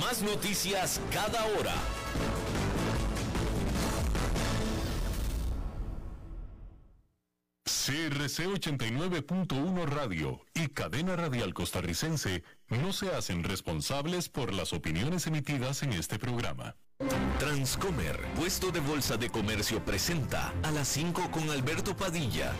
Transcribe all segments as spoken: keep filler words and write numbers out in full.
Más noticias cada hora. C R C ochenta y nueve punto uno Radio y Cadena Radial Costarricense no se hacen responsables por las opiniones emitidas en este programa. Transcomer, puesto de bolsa de comercio, presenta a las cinco con Alberto Padilla.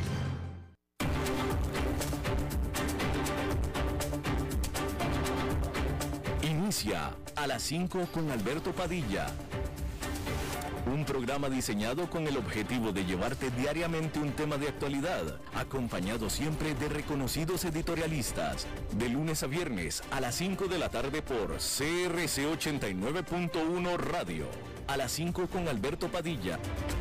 Inicia a las cinco con Alberto Padilla. Un programa diseñado con el objetivo de llevarte diariamente un tema de actualidad, acompañado siempre de reconocidos editorialistas, de lunes a viernes a las cinco de la tarde por C R C ochenta y nueve punto uno Radio. A las cinco con Alberto Padilla.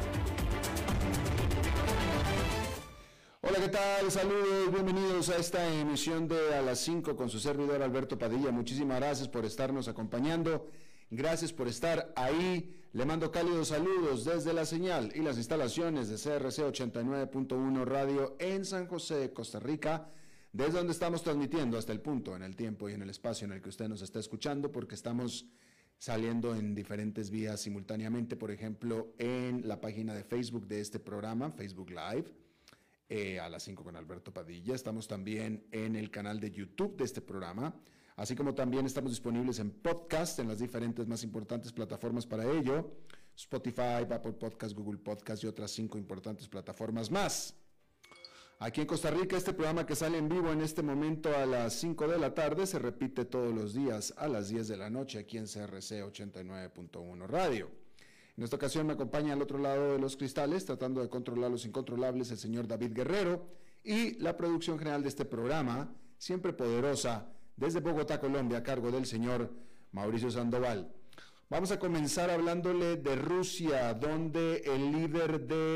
Hola, ¿qué tal? Saludos, bienvenidos a esta emisión de A las cinco con su servidor Alberto Padilla. Muchísimas gracias por estarnos acompañando. Gracias por estar ahí. Le mando cálidos saludos desde la señal y las instalaciones de C R C ochenta y nueve punto uno Radio en San José, Costa Rica, desde donde estamos transmitiendo hasta el punto, en el tiempo y en el espacio en el que usted nos está escuchando, porque estamos saliendo en diferentes vías simultáneamente, por ejemplo, en la página de Facebook de este programa, Facebook Live, eh, a las cinco con Alberto Padilla. Estamos también en el canal de YouTube de este programa, así como también estamos disponibles en podcast, en las diferentes más importantes plataformas para ello, Spotify, Apple Podcast, Google Podcast y otras cinco importantes plataformas más. Aquí en Costa Rica, este programa que sale en vivo en este momento a las cinco de la tarde se repite todos los días a las diez de la noche aquí en C R C ochenta y nueve punto uno Radio. En esta ocasión me acompaña al otro lado de los cristales, tratando de controlar los incontrolables, el señor David Guerrero, y la producción general de este programa, siempre poderosa, desde Bogotá, Colombia, a cargo del señor Mauricio Sandoval. Vamos a comenzar hablándole de Rusia, donde el líder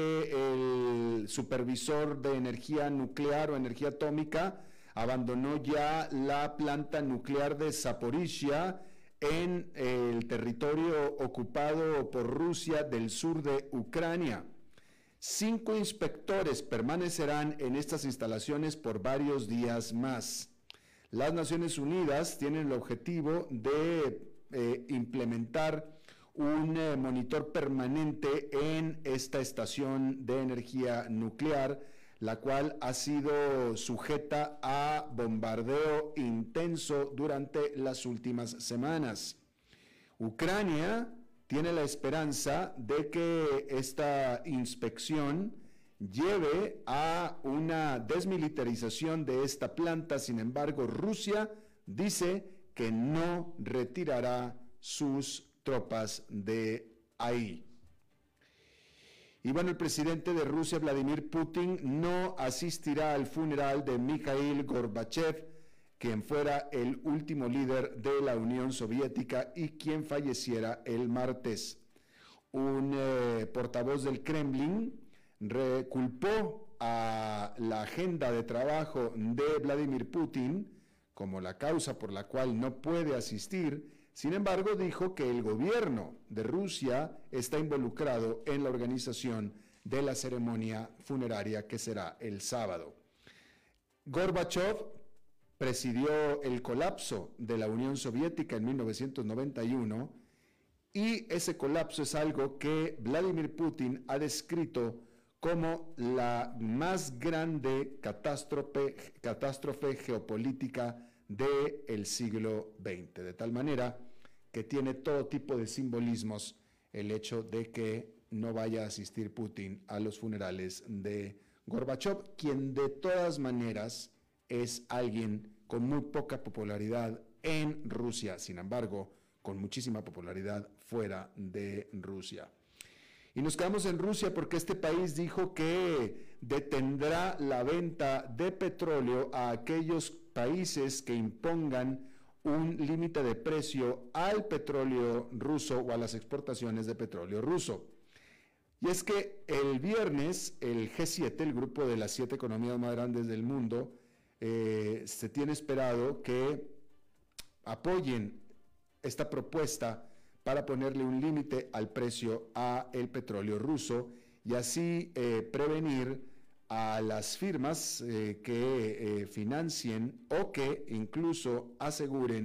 del supervisor de energía nuclear o energía atómica abandonó ya la planta nuclear de Zaporizhia en el territorio ocupado por Rusia del sur de Ucrania. Cinco inspectores permanecerán en estas instalaciones por varios días más. Las Naciones Unidas tienen el objetivo de eh, implementar un eh, monitor permanente en esta estación de energía nuclear, la cual ha sido sujeta a bombardeo intenso durante las últimas semanas. Ucrania tiene la esperanza de que esta inspección lleve a una desmilitarización de esta planta. Sin embargo, Rusia dice que no retirará sus tropas de ahí. Y bueno, el presidente de Rusia, Vladimir Putin, no asistirá al funeral de Mikhail Gorbachev, quien fuera el último líder de la Unión Soviética y quien falleciera el martes. Un eh, portavoz del Kremlin culpó a la agenda de trabajo de Vladimir Putin como la causa por la cual no puede asistir. Sin embargo, dijo que el gobierno de Rusia está involucrado en la organización de la ceremonia funeraria que será el sábado. Gorbachev presidió el colapso de la Unión Soviética en mil novecientos noventa y uno y ese colapso es algo que Vladimir Putin ha descrito como la más grande catástrofe, catástrofe geopolítica del siglo veinte, de tal manera que tiene todo tipo de simbolismos el hecho de que no vaya a asistir Putin a los funerales de Gorbachev, quien de todas maneras es alguien con muy poca popularidad en Rusia, sin embargo, con muchísima popularidad fuera de Rusia. Y nos quedamos en Rusia porque este país dijo que detendrá la venta de petróleo a aquellos países que impongan un límite de precio al petróleo ruso o a las exportaciones de petróleo ruso. Y es que el viernes el G siete, el grupo de las siete economías más grandes del mundo, eh, se tiene esperado que apoyen esta propuesta para ponerle un límite al precio a el petróleo ruso y así eh, prevenir a las firmas eh, que eh, financien o que incluso aseguren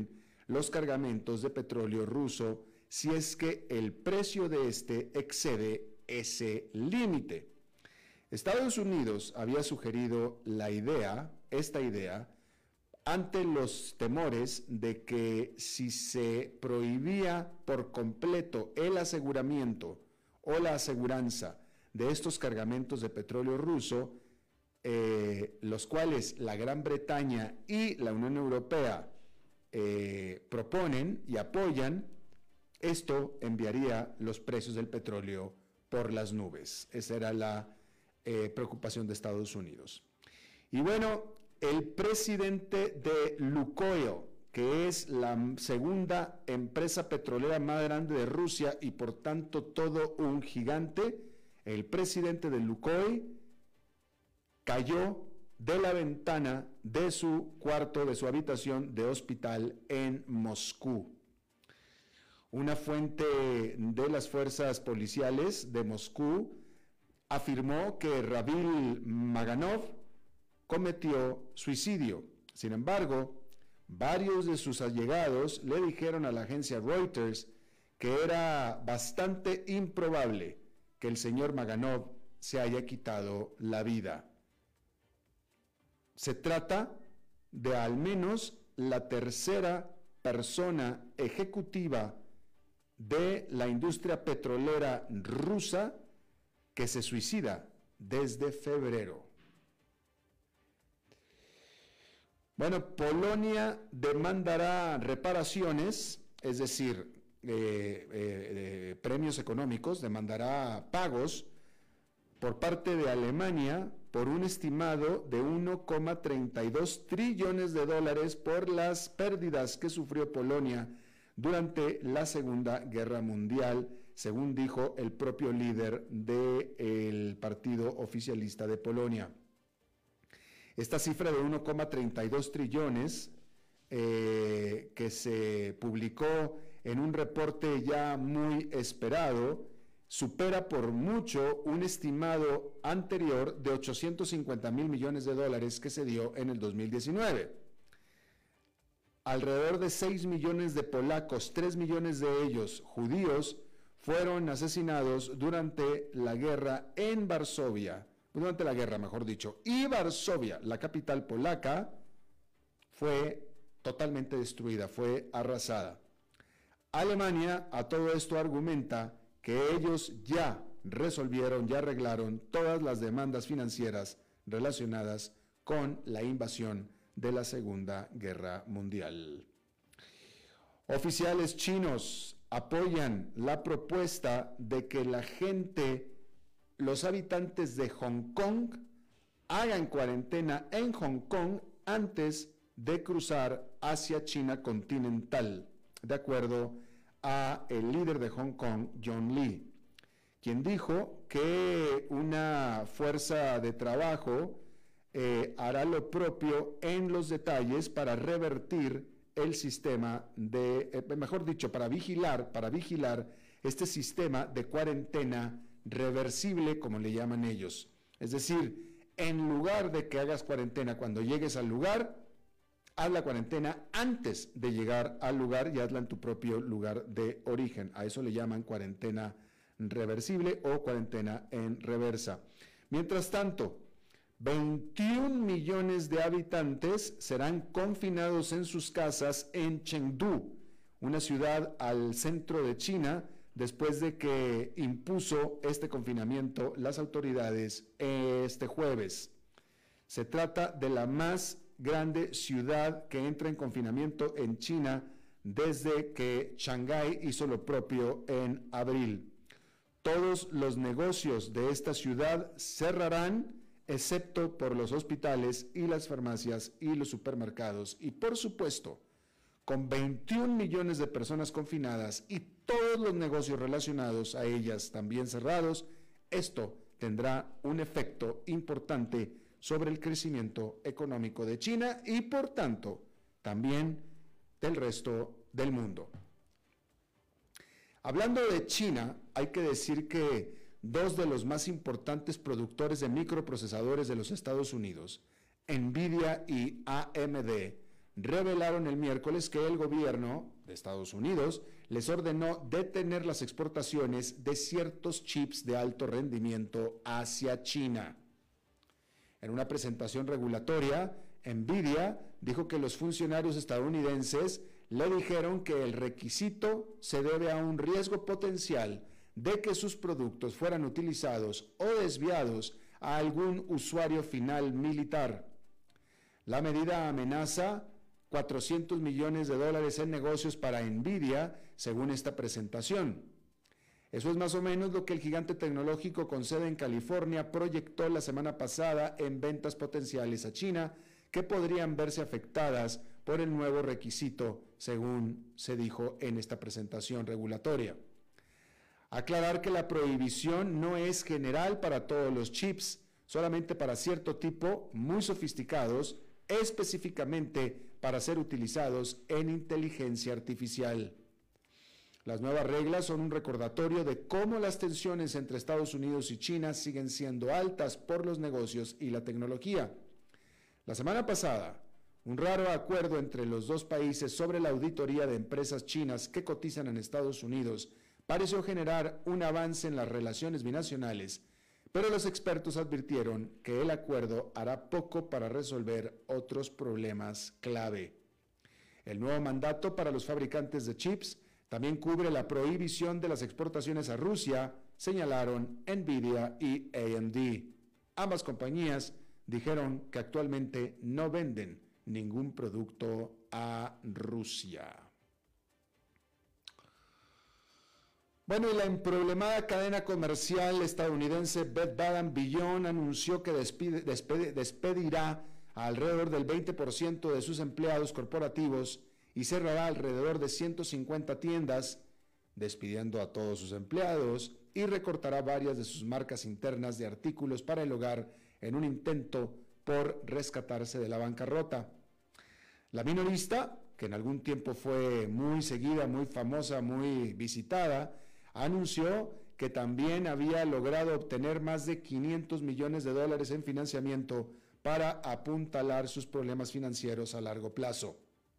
los cargamentos de petróleo ruso si es que el precio de este excede ese límite. Estados Unidos había sugerido la idea, esta idea, ante los temores de que si se prohibía por completo el aseguramiento o la aseguranza de estos cargamentos de petróleo ruso, eh, los cuales la Gran Bretaña y la Unión Europea eh, proponen y apoyan, esto enviaría los precios del petróleo por las nubes. Esa era la eh, preocupación de Estados Unidos. Y bueno, el presidente de Lukoil, que es la segunda empresa petrolera más grande de Rusia y por tanto todo un gigante, el presidente de Lukoil cayó de la ventana de su cuarto, de su habitación de hospital en Moscú. Una fuente de las fuerzas policiales de Moscú afirmó que Ravil Maganov cometió suicidio. Sin embargo, varios de sus allegados le dijeron a la agencia Reuters que era bastante improbable que el señor Maganov se haya quitado la vida. Se trata de al menos la tercera persona ejecutiva de la industria petrolera rusa que se suicida desde febrero. Bueno, Polonia demandará reparaciones, es decir, eh, eh, eh, premios económicos, demandará pagos por parte de Alemania por un estimado de uno coma treinta y dos trillones de dólares por las pérdidas que sufrió Polonia durante la Segunda Guerra Mundial, según dijo el propio líder del partido oficialista de Polonia. Esta cifra de uno coma treinta y dos trillones eh, que se publicó en un reporte ya muy esperado, supera por mucho un estimado anterior de ochocientos cincuenta mil millones de dólares que se dio en el dos mil diecinueve. Alrededor de seis millones de polacos, tres millones de ellos judíos, fueron asesinados durante la guerra en Varsovia, durante la guerra, mejor dicho, y Varsovia, la capital polaca, fue totalmente destruida, fue arrasada. Alemania a todo esto argumenta que ellos ya resolvieron, ya arreglaron todas las demandas financieras relacionadas con la invasión de la Segunda Guerra Mundial. Oficiales chinos apoyan la propuesta de que la gente, los habitantes de Hong Kong, hagan cuarentena en Hong Kong antes de cruzar hacia China continental, de acuerdo a el líder de Hong Kong, John Lee, quien dijo que una fuerza de trabajo eh, hará lo propio en los detalles para revertir el sistema de, eh, mejor dicho, para vigilar, para vigilar este sistema de cuarentena reversible, como le llaman ellos. Es decir, en lugar de que hagas cuarentena cuando llegues al lugar, haz la cuarentena antes de llegar al lugar y hazla en tu propio lugar de origen. A eso le llaman cuarentena reversible o cuarentena en reversa. Mientras tanto, veintiún millones de habitantes serán confinados en sus casas en Chengdu, una ciudad al centro de China, después de que impuso este confinamiento las autoridades este jueves. Se trata de la más grande ciudad que entra en confinamiento en China desde que Shanghái hizo lo propio en abril. Todos los negocios de esta ciudad cerrarán, excepto por los hospitales y las farmacias y los supermercados. Y por supuesto, con veintiún millones de personas confinadas y todos los negocios relacionados a ellas también cerrados, esto tendrá un efecto importante sobre el crecimiento económico de China y, por tanto, también del resto del mundo. Hablando de China, hay que decir que dos de los más importantes productores de microprocesadores de los Estados Unidos, Nvidia y A M D, revelaron el miércoles que el gobierno de Estados Unidos les ordenó detener las exportaciones de ciertos chips de alto rendimiento hacia China. En una presentación regulatoria, Nvidia dijo que los funcionarios estadounidenses le dijeron que el requisito se debe a un riesgo potencial de que sus productos fueran utilizados o desviados a algún usuario final militar. La medida amenaza cuatrocientos millones de dólares en negocios para Nvidia, según esta presentación. Eso es más o menos lo que el gigante tecnológico con sede en California proyectó la semana pasada en ventas potenciales a China, que podrían verse afectadas por el nuevo requisito, según se dijo en esta presentación regulatoria. Aclarar que la prohibición no es general para todos los chips, solamente para cierto tipo muy sofisticados, específicamente para ser utilizados en inteligencia artificial. Las nuevas reglas son un recordatorio de cómo las tensiones entre Estados Unidos y China siguen siendo altas por los negocios y la tecnología. La semana pasada, un raro acuerdo entre los dos países sobre la auditoría de empresas chinas que cotizan en Estados Unidos pareció generar un avance en las relaciones binacionales, pero los expertos advirtieron que el acuerdo hará poco para resolver otros problemas clave. El nuevo mandato para los fabricantes de chips también cubre la prohibición de las exportaciones a Rusia, señalaron Nvidia y A M D. Ambas compañías dijeron que actualmente no venden ningún producto a Rusia. Bueno, y la emproblemada cadena comercial estadounidense Bed Bath and Beyond anunció que despide, despede, despedirá a alrededor del veinte por ciento de sus empleados corporativos y cerrará alrededor de ciento cincuenta tiendas, despidiendo a todos sus empleados, y recortará varias de sus marcas internas de artículos para el hogar en un intento por rescatarse de la bancarrota. La minorista, que en algún tiempo fue muy seguida, muy famosa, muy visitada, anunció que también había logrado obtener más de quinientos millones de dólares en financiamiento para apuntalar sus problemas financieros a largo plazo.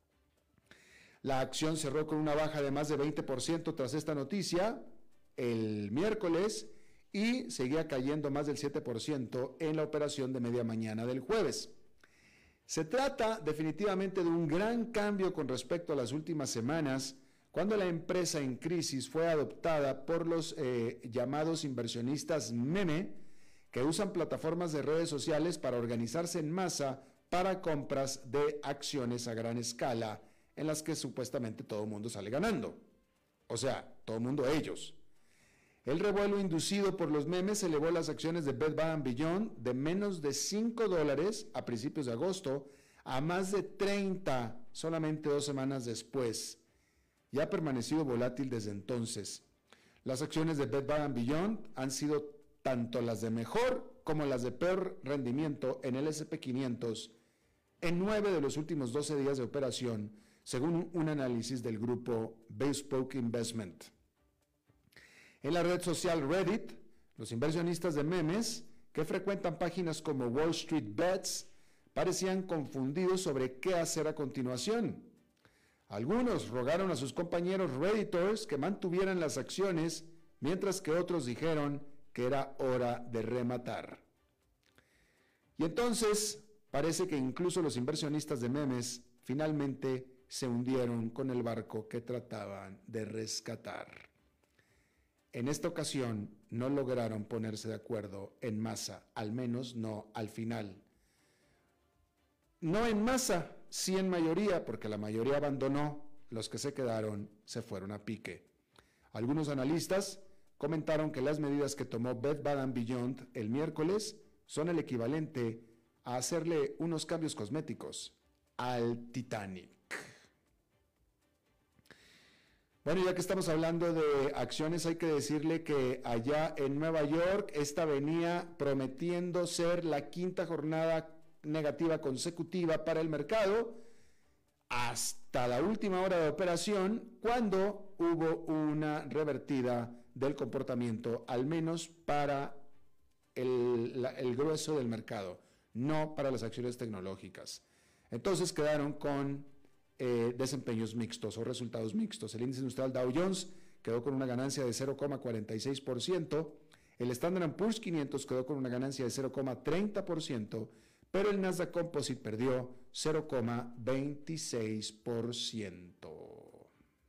La acción cerró con una baja de más de veinte por ciento tras esta noticia el miércoles y seguía cayendo más del siete por ciento en la operación de media mañana del jueves. Se trata definitivamente de un gran cambio con respecto a las últimas semanas, cuando la empresa en crisis fue adoptada por los eh, llamados inversionistas meme, que usan plataformas de redes sociales para organizarse en masa para compras de acciones a gran escala, en las que supuestamente todo el mundo sale ganando. O sea, todo el mundo ellos. El revuelo inducido por los memes elevó las acciones de Bed Bath and Beyond de menos de cinco dólares a principios de agosto a más de treinta solamente dos semanas después, y ha permanecido volátil desde entonces. Las acciones de Bed Bath and Beyond han sido tanto las de mejor como las de peor rendimiento en el ese and pe quinientos en nueve de los últimos doce días de operación, según un análisis del grupo Bespoke Investment. En la red social Reddit, los inversionistas de memes, que frecuentan páginas como Wall Street Bets, parecían confundidos sobre qué hacer a continuación. Algunos rogaron a sus compañeros redditors que mantuvieran las acciones, mientras que otros dijeron que era hora de rematar. Y entonces parece que incluso los inversionistas de memes finalmente se hundieron con el barco que trataban de rescatar. En esta ocasión no lograron ponerse de acuerdo en masa, al menos no al final. No en masa, sí en mayoría, porque la mayoría abandonó, los que se quedaron se fueron a pique. Algunos analistas comentaron que las medidas que tomó Bed Bath and Beyond el miércoles son el equivalente a hacerle unos cambios cosméticos al Titanic. Bueno, ya que estamos hablando de acciones, hay que decirle que allá en Nueva York, esta venía prometiendo ser la quinta jornada negativa consecutiva para el mercado, hasta la última hora de operación, cuando hubo una revertida del comportamiento, al menos para el, la, el grueso del mercado, no para las acciones tecnológicas. Entonces quedaron con eh, desempeños mixtos o resultados mixtos. El índice industrial Dow Jones quedó con una ganancia de cero coma cuarenta y seis por ciento, el Standard and Poor's quinientos quedó con una ganancia de cero coma treinta por ciento, pero el Nasdaq Composite perdió cero coma veintiséis por ciento.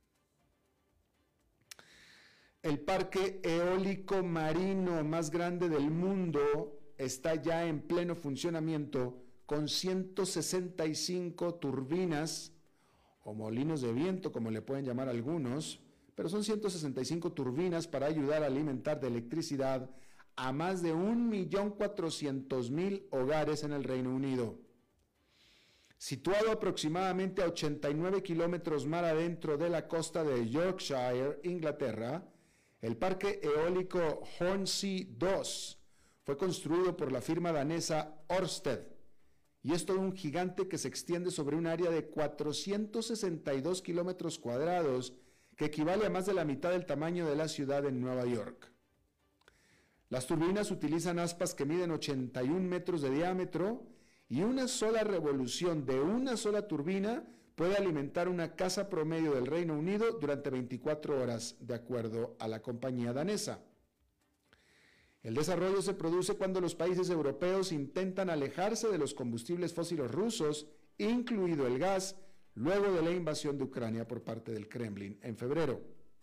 El parque eólico marino más grande del mundo está ya en pleno funcionamiento con ciento sesenta y cinco turbinas o molinos de viento, como le pueden llamar algunos, pero son ciento sesenta y cinco turbinas para ayudar a alimentar de electricidad a más de un millón cuatrocientos mil hogares en el Reino Unido. Situado aproximadamente a ochenta y nueve kilómetros mar adentro de la costa de Yorkshire, Inglaterra, el parque eólico Hornsea dos fue construido por la firma danesa Ørsted y es todo un gigante que se extiende sobre un área de cuatrocientos sesenta y dos kilómetros cuadrados, que equivale a más de la mitad del tamaño de la ciudad de Nueva York. Las turbinas utilizan aspas que miden ochenta y un metros de diámetro y una sola revolución de una sola turbina puede alimentar una casa promedio del Reino Unido durante veinticuatro horas, de acuerdo a la compañía danesa. El desarrollo se produce cuando los países europeos intentan alejarse de los combustibles fósiles rusos, incluido el gas, luego de la invasión de Ucrania por parte del Kremlin en febrero.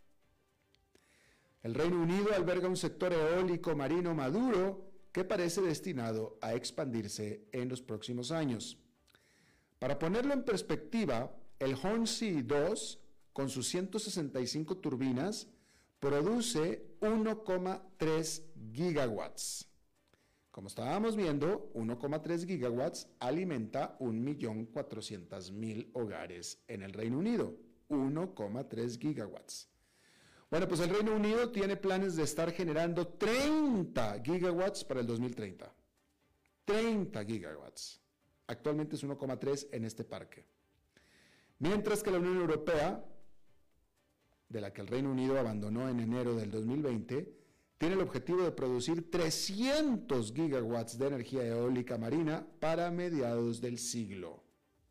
El Reino Unido alberga un sector eólico marino maduro que parece destinado a expandirse en los próximos años. Para ponerlo en perspectiva, el Hornsea dos, con sus ciento sesenta y cinco turbinas, produce uno coma tres gigawatts. Como estábamos viendo, uno coma tres gigawatts alimenta un millón cuatrocientos mil hogares en el Reino Unido. uno coma tres gigawatts. Bueno, pues el Reino Unido tiene planes de estar generando treinta gigawatts para el dos mil treinta. treinta gigawatts. Actualmente es uno coma tres en este parque. Mientras que la Unión Europea, de la que el Reino Unido abandonó en enero del dos mil veinte, tiene el objetivo de producir trescientos gigawatts de energía eólica marina para mediados del siglo.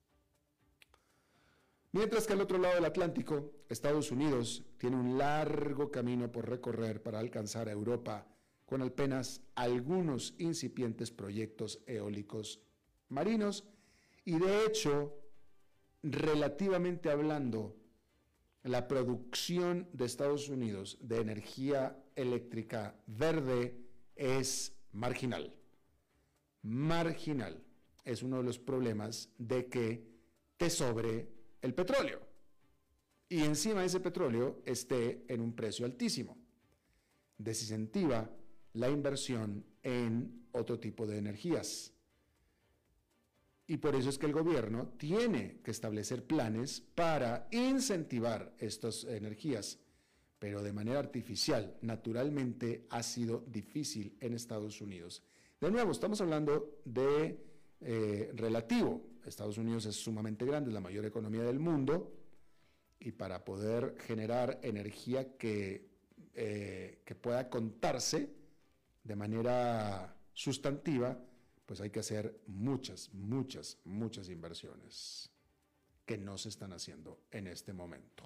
Mientras que al otro lado del Atlántico, Estados Unidos tiene un largo camino por recorrer para alcanzar a Europa con apenas algunos incipientes proyectos eólicos marinos y, de hecho, relativamente hablando, la producción de Estados Unidos de energía eléctrica verde es marginal. Marginal. Es uno de los problemas de que te sobre el petróleo y encima de ese petróleo esté en un precio altísimo. Desincentiva la inversión en otro tipo de energías. Y por eso es que el gobierno tiene que establecer planes para incentivar estas energías, pero de manera artificial. Naturalmente ha sido difícil en Estados Unidos. De nuevo, estamos hablando de eh, relativo. Estados Unidos es sumamente grande, es la mayor economía del mundo, y para poder generar energía que, eh, que pueda contarse de manera sustantiva, pues hay que hacer muchas, muchas, muchas inversiones que no se están haciendo en este momento.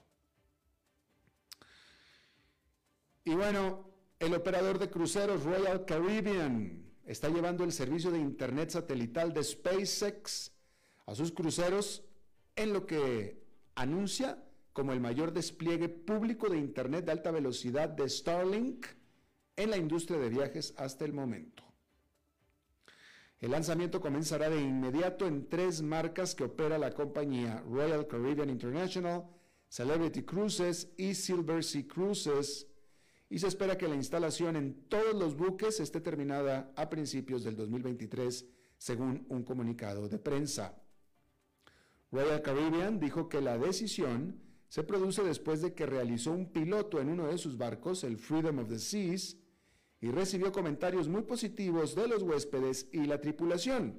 Y bueno, el operador de cruceros Royal Caribbean está llevando el servicio de internet satelital de SpaceX a sus cruceros en lo que anuncia como el mayor despliegue público de internet de alta velocidad de Starlink en la industria de viajes hasta el momento. El lanzamiento comenzará de inmediato en tres marcas que opera la compañía: Royal Caribbean International, Celebrity Cruises y Silversea Cruises, y se espera que la instalación en todos los buques esté terminada a principios del dos mil veintitrés, según un comunicado de prensa. Royal Caribbean dijo que la decisión se produce después de que realizó un piloto en uno de sus barcos, el Freedom of the Seas, y recibió comentarios muy positivos de los huéspedes y la tripulación.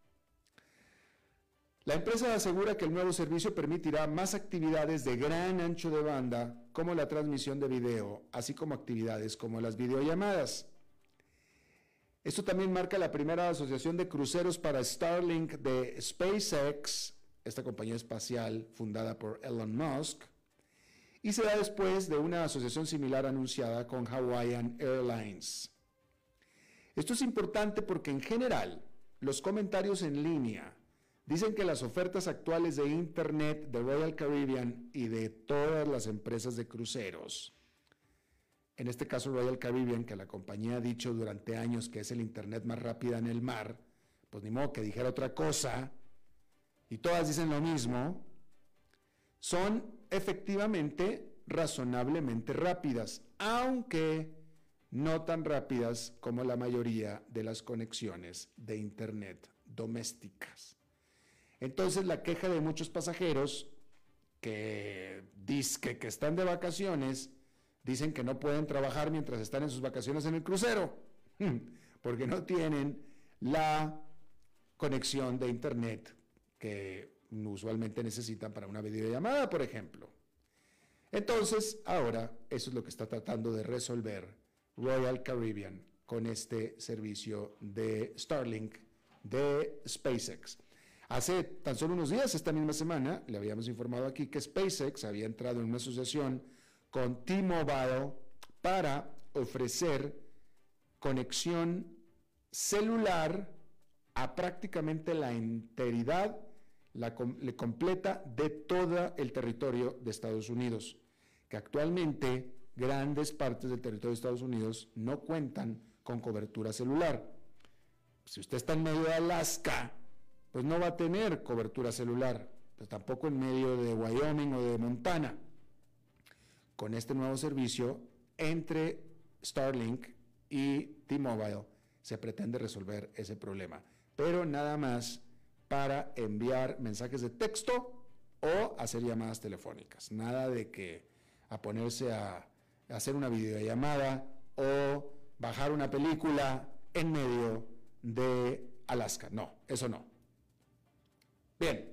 La empresa asegura que el nuevo servicio permitirá más actividades de gran ancho de banda, como la transmisión de video, así como actividades como las videollamadas. Esto también marca la primera asociación de cruceros para Starlink de SpaceX esta compañía espacial fundada por Elon Musk, y se da después de una asociación similar anunciada con Hawaiian Airlines. Esto es importante porque en general los comentarios en línea dicen que las ofertas actuales de Internet de Royal Caribbean y de todas las empresas de cruceros, en este caso Royal Caribbean, que la compañía ha dicho durante años que es el Internet más rápida en el mar, pues ni modo que dijera otra cosa, y todas dicen lo mismo, son efectivamente razonablemente rápidas, aunque no tan rápidas como la mayoría de las conexiones de Internet domésticas. Entonces la queja de muchos pasajeros que dicen que están de vacaciones, dicen que no pueden trabajar mientras están en sus vacaciones en el crucero, porque no tienen la conexión de Internet que usualmente necesitan para una videollamada, por ejemplo. Entonces, ahora, eso es lo que está tratando de resolver Royal Caribbean con este servicio de Starlink de SpaceX. Hace tan solo unos días, esta misma semana, le habíamos informado aquí que SpaceX había entrado en una asociación con T-Mobile para ofrecer conexión celular a prácticamente la integridad, la completa de todo el territorio de Estados Unidos, que actualmente grandes partes del territorio de Estados Unidos no cuentan con cobertura celular. Si usted está en medio de Alaska, pues no va a tener cobertura celular, pues tampoco en medio de Wyoming o de Montana. Con este nuevo servicio, entre Starlink y T-Mobile, se pretende resolver ese problema, pero nada más para enviar mensajes de texto o hacer llamadas telefónicas. Nada de que a ponerse a hacer una videollamada o bajar una película en medio de Alaska. No, eso no. Bien.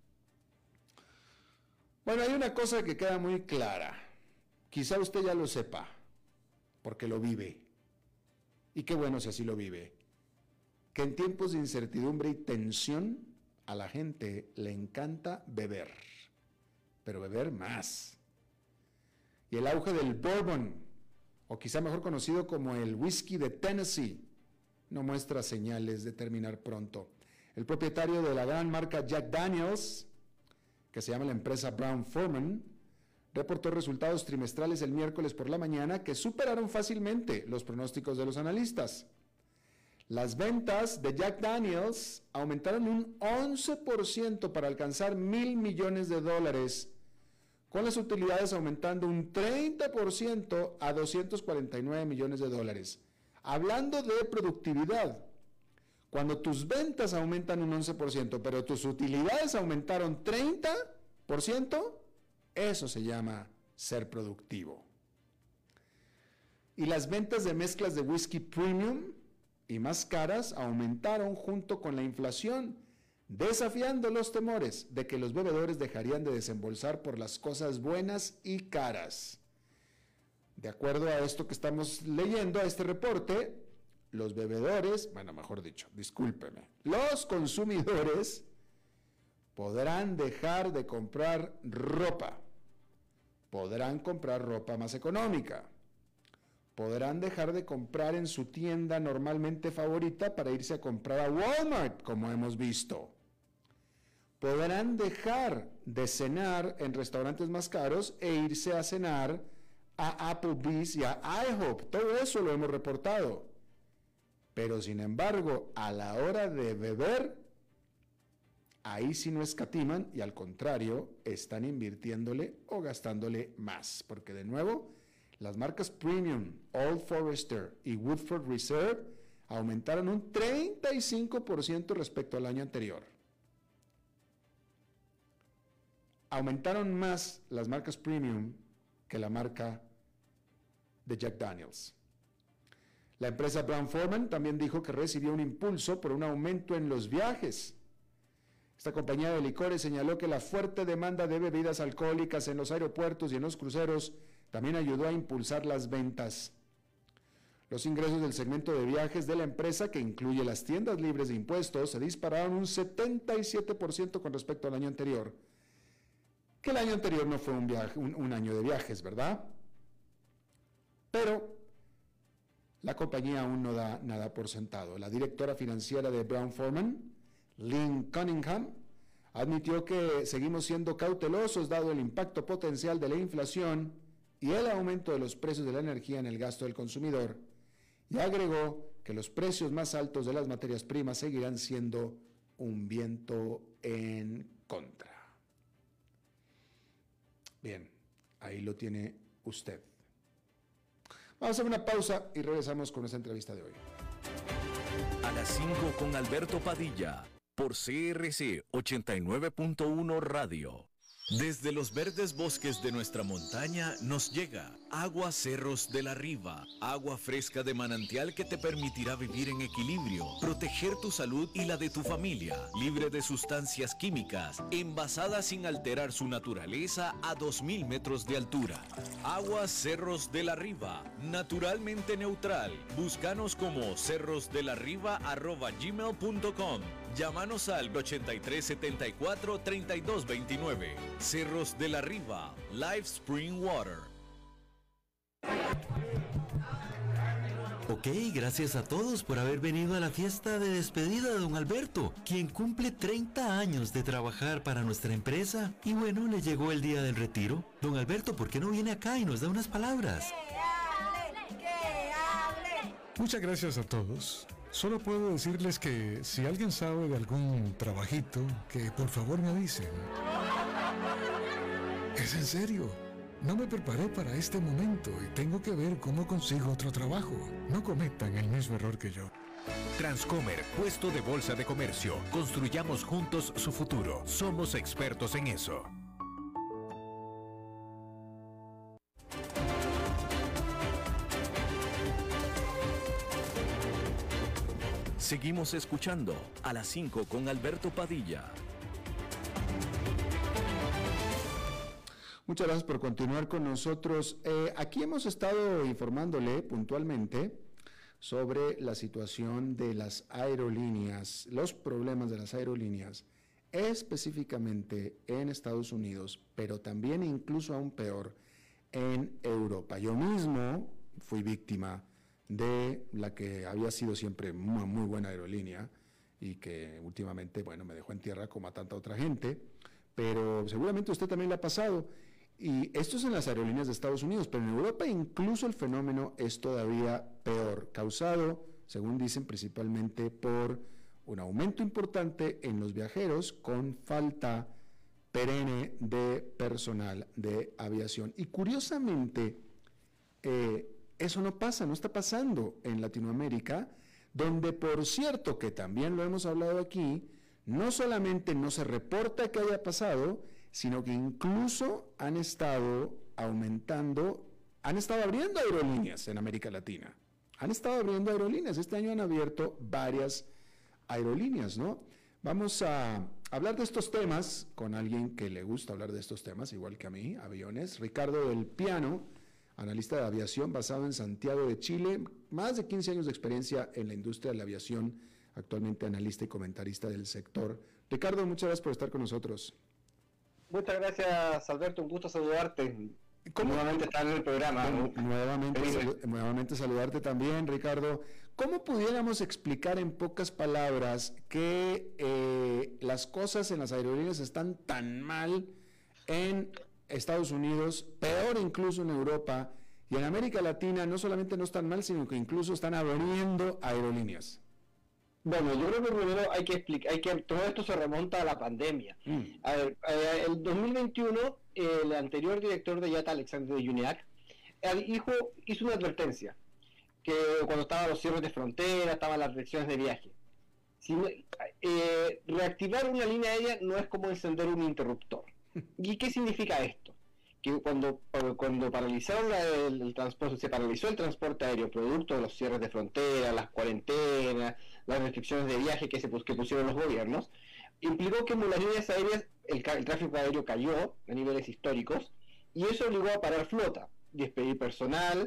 Bueno, hay una cosa que queda muy clara. Quizá usted ya lo sepa, porque lo vive. Y qué bueno si así lo vive. Que en tiempos de incertidumbre y tensión, a la gente le encanta beber, pero beber más. Y el auge del bourbon, o quizá mejor conocido como el whisky de Tennessee, no muestra señales de terminar pronto. El propietario de la gran marca Jack Daniels, que se llama la empresa Brown-Forman, reportó resultados trimestrales el miércoles por la mañana que superaron fácilmente los pronósticos de los analistas. Las ventas de Jack Daniels aumentaron un once por ciento para alcanzar mil millones de dólares, con las utilidades aumentando un treinta por ciento a doscientos cuarenta y nueve millones de dólares. Hablando de productividad, cuando tus ventas aumentan un once por ciento, pero tus utilidades aumentaron treinta por ciento, eso se llama ser productivo. Y las ventas de mezclas de whisky premium y más caras aumentaron junto con la inflación, desafiando los temores de que los bebedores dejarían de desembolsar por las cosas buenas y caras. De acuerdo a esto que estamos leyendo, a este reporte, los bebedores, bueno, mejor dicho, discúlpeme, los consumidores podrán dejar de comprar ropa, podrán comprar ropa más económica, podrán dejar de comprar en su tienda normalmente favorita para irse a comprar a Walmart, como hemos visto. Podrán dejar de cenar en restaurantes más caros e irse a cenar a Applebee's y a IHOP. Todo eso lo hemos reportado. Pero sin embargo, a la hora de beber, ahí sí no escatiman y al contrario, están invirtiéndole o gastándole más. Porque de nuevo, las marcas Premium, Old Forester y Woodford Reserve aumentaron un treinta y cinco por ciento respecto al año anterior. Aumentaron más las marcas Premium que la marca de Jack Daniels. La empresa Brown-Forman también dijo que recibió un impulso por un aumento en los viajes. Esta compañía de licores señaló que la fuerte demanda de bebidas alcohólicas en los aeropuertos y en los cruceros también ayudó a impulsar las ventas. Los ingresos del segmento de viajes de la empresa, que incluye las tiendas libres de impuestos, se dispararon un setenta y siete por ciento con respecto al año anterior. Que el año anterior no fue un, viaje, un, un año de viajes, ¿verdad? Pero la compañía aún no da nada por sentado. La directora financiera de Brown-Forman, Lynn Cunningham, admitió que seguimos siendo cautelosos dado el impacto potencial de la inflación y el aumento de los precios de la energía en el gasto del consumidor, y agregó que los precios más altos de las materias primas seguirán siendo un viento en contra. Bien, ahí lo tiene usted. Vamos a hacer una pausa y regresamos con nuestra entrevista de hoy. A las cinco con Alberto Padilla, por C R C ochenta y nueve punto uno Radio. Desde los verdes bosques de nuestra montaña nos llega Agua Cerros de la Riva, agua fresca de manantial que te permitirá vivir en equilibrio, proteger tu salud y la de tu familia, libre de sustancias químicas, envasada sin alterar su naturaleza a dos mil metros de altura. Agua Cerros de la Riva, naturalmente neutral. Búscanos como cerrosdelariva arroba gmail punto com. Llámanos al ochenta y tres setenta y cuatro treinta y dos veintinueve. Cerros de la Riva, Live Spring Water. Ok, gracias a todos por haber venido a la fiesta de despedida de don Alberto, quien cumple treinta años de trabajar para nuestra empresa. Y bueno, le llegó el día del retiro. Don Alberto, ¿por qué no viene acá y nos da unas palabras? ¡Que hable! ¡Que hable! Muchas gracias a todos. Solo puedo decirles que si alguien sabe de algún trabajito, que por favor me avisen. Es en serio. No me preparé para este momento y tengo que ver cómo consigo otro trabajo. No cometan el mismo error que yo. Transcomer, puesto de bolsa de comercio. Construyamos juntos su futuro. Somos expertos en eso. Seguimos escuchando a las cinco con Alberto Padilla. Muchas gracias por continuar con nosotros. Eh, aquí hemos estado informándole puntualmente sobre la situación de las aerolíneas, los problemas de las aerolíneas, específicamente en Estados Unidos, pero también incluso aún peor en Europa. Yo mismo fui víctima de la que había sido siempre una muy buena aerolínea y que últimamente, bueno, me dejó en tierra como a tanta otra gente, pero seguramente usted también le ha pasado. Y esto es en las aerolíneas de Estados Unidos, pero en Europa incluso el fenómeno es todavía peor, causado, según dicen, principalmente por un aumento importante en los viajeros con falta perenne de personal de aviación. Y curiosamente, eh, eso no pasa, no está pasando en Latinoamérica, donde por cierto, que también lo hemos hablado aquí, no solamente no se reporta que haya pasado, sino que incluso han estado aumentando, han estado abriendo aerolíneas en América Latina. Han estado abriendo aerolíneas. Este año han abierto varias aerolíneas, ¿no? Vamos a hablar de estos temas con alguien que le gusta hablar de estos temas, igual que a mí, aviones. Ricardo del Piano, analista de aviación basado en Santiago de Chile, más de quince años de experiencia en la industria de la aviación, actualmente analista y comentarista del sector. Ricardo, muchas gracias por estar con nosotros. Muchas gracias, Alberto, un gusto saludarte. ¿Cómo? Nuevamente estar en el programa. Bueno, nuevamente, salu nuevamente saludarte también, Ricardo. ¿Cómo pudiéramos explicar en pocas palabras que eh, las cosas en las aerolíneas están tan mal en Estados Unidos, peor incluso en Europa, y en América Latina no solamente no están mal, sino que incluso están abriendo aerolíneas? Bueno, yo creo que primero hay que explicar, hay que todo esto se remonta a la pandemia. Mm. A ver, eh, el dos mil veintiuno, eh, el anterior director de I A T A, Alexander de Juniac, eh, hizo, hizo una advertencia, que cuando estaban los cierres de frontera, estaban las restricciones de viaje. Si, eh, reactivar una línea aérea no es como encender un interruptor. ¿Y qué significa esto? Que cuando, cuando paralizaron la, el, el transporte, se paralizó el transporte aéreo producto de los cierres de frontera, las cuarentenas, las restricciones de viaje que se que pusieron los gobiernos, implicó que en las líneas aéreas el, el tráfico aéreo cayó a niveles históricos y eso obligó a parar flota, despedir personal,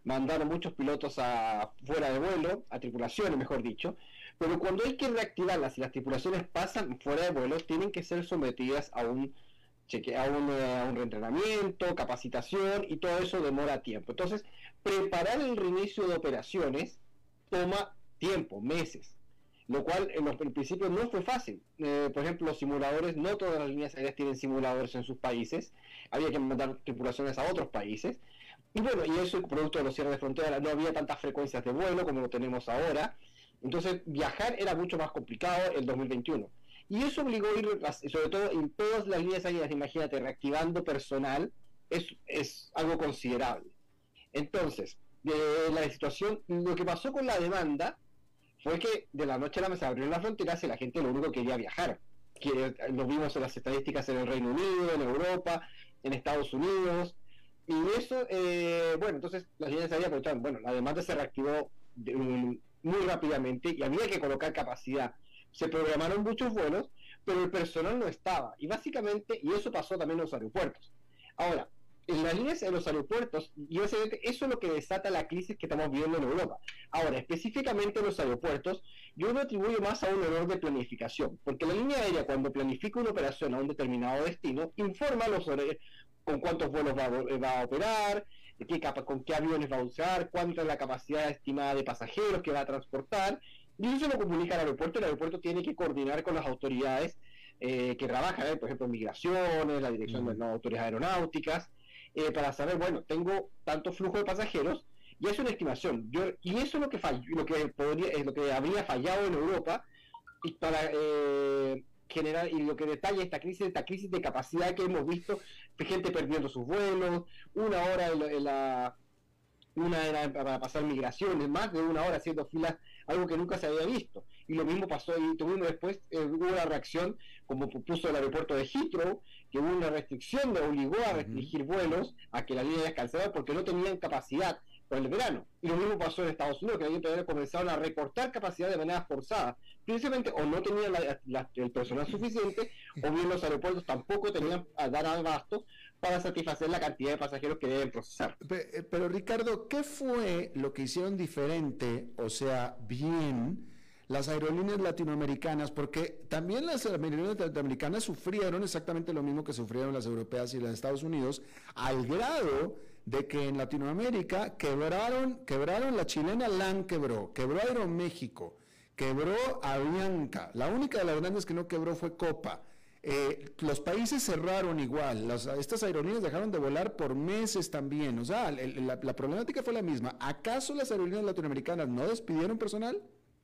mandaron muchos pilotos a fuera de vuelo, a tripulaciones mejor dicho, pero cuando hay que reactivarlas y las tripulaciones pasan fuera de vuelo, tienen que ser sometidas a un cheque, a un, a un reentrenamiento, capacitación, y todo eso demora tiempo. Entonces, preparar el reinicio de operaciones toma tiempo, meses, lo cual en, los, en principio no fue fácil. Eh, por ejemplo, los simuladores, no todas las líneas aéreas tienen simuladores en sus países, había que mandar tripulaciones a otros países, y bueno, y eso producto de los cierres de frontera, no había tantas frecuencias de vuelo como lo tenemos ahora, entonces viajar era mucho más complicado el dos mil veintiuno. Y eso obligó a ir, sobre todo en todas las líneas aéreas, imagínate, reactivando personal, es, es algo considerable. Entonces, de la situación, lo que pasó con la demanda fue que de la noche a la mañana se abrieron las fronteras y la gente lo único que quería viajar. Que lo vimos en las estadísticas en el Reino Unido, en Europa, en Estados Unidos, y eso, eh, bueno, entonces las líneas aéreas preguntaron, bueno, la demanda se reactivó de, um, muy rápidamente y había que colocar capacidad. Se programaron muchos vuelos, pero el personal no estaba, y básicamente, y eso pasó también en los aeropuertos. Ahora, en las líneas en los aeropuertos, y eso es lo que desata la crisis que estamos viviendo en Europa. Ahora, específicamente en los aeropuertos, yo lo atribuyo más a un error de planificación, porque la línea aérea, cuando planifica una operación a un determinado destino, informa a los con cuántos vuelos va, va a operar, qué capa, con qué aviones va a usar, cuánta es la capacidad estimada de pasajeros que va a transportar, y eso lo comunica al aeropuerto. El aeropuerto tiene que coordinar con las autoridades eh, que trabajan, eh, por ejemplo, migraciones, la dirección mm. de las autoridades aeronáuticas, eh, para saber, bueno, tengo tanto flujo de pasajeros, y es una estimación. Yo, y eso es lo que falló, lo que podría, es lo que habría fallado en Europa, y para eh, generar, y lo que detalla esta crisis, esta crisis de capacidad que hemos visto, de gente perdiendo sus vuelos, una hora en la, en la una era para pasar migraciones, más de una hora haciendo filas, algo que nunca se había visto. Y lo mismo pasó, y tuvimos después, eh, hubo una reacción, como puso el aeropuerto de Heathrow, que hubo una restricción, le obligó a restringir uh-huh. vuelos, a que las líneas cancelaran porque no tenían capacidad para el verano. Y lo mismo pasó en Estados Unidos, que ahí comenzaron a recortar capacidad de manera forzada, precisamente o no tenían la, la, el personal suficiente, o bien los aeropuertos tampoco tenían a dar abasto para satisfacer la cantidad de pasajeros que deben procesar. Pero, pero Ricardo, ¿qué fue lo que hicieron diferente, o sea, bien, las aerolíneas latinoamericanas? Porque también las aerolíneas latinoamericanas sufrieron exactamente lo mismo que sufrieron las europeas y las de Estados Unidos, al grado de que en Latinoamérica quebraron, quebraron la chilena LAN, quebró, quebró Aeroméxico, quebró Avianca, la única de las grandes que no quebró fue Copa. Eh, los países cerraron igual, las, estas aerolíneas dejaron de volar por meses también, o sea, el, la, la problemática fue la misma. ¿Acaso las aerolíneas latinoamericanas no despidieron personal?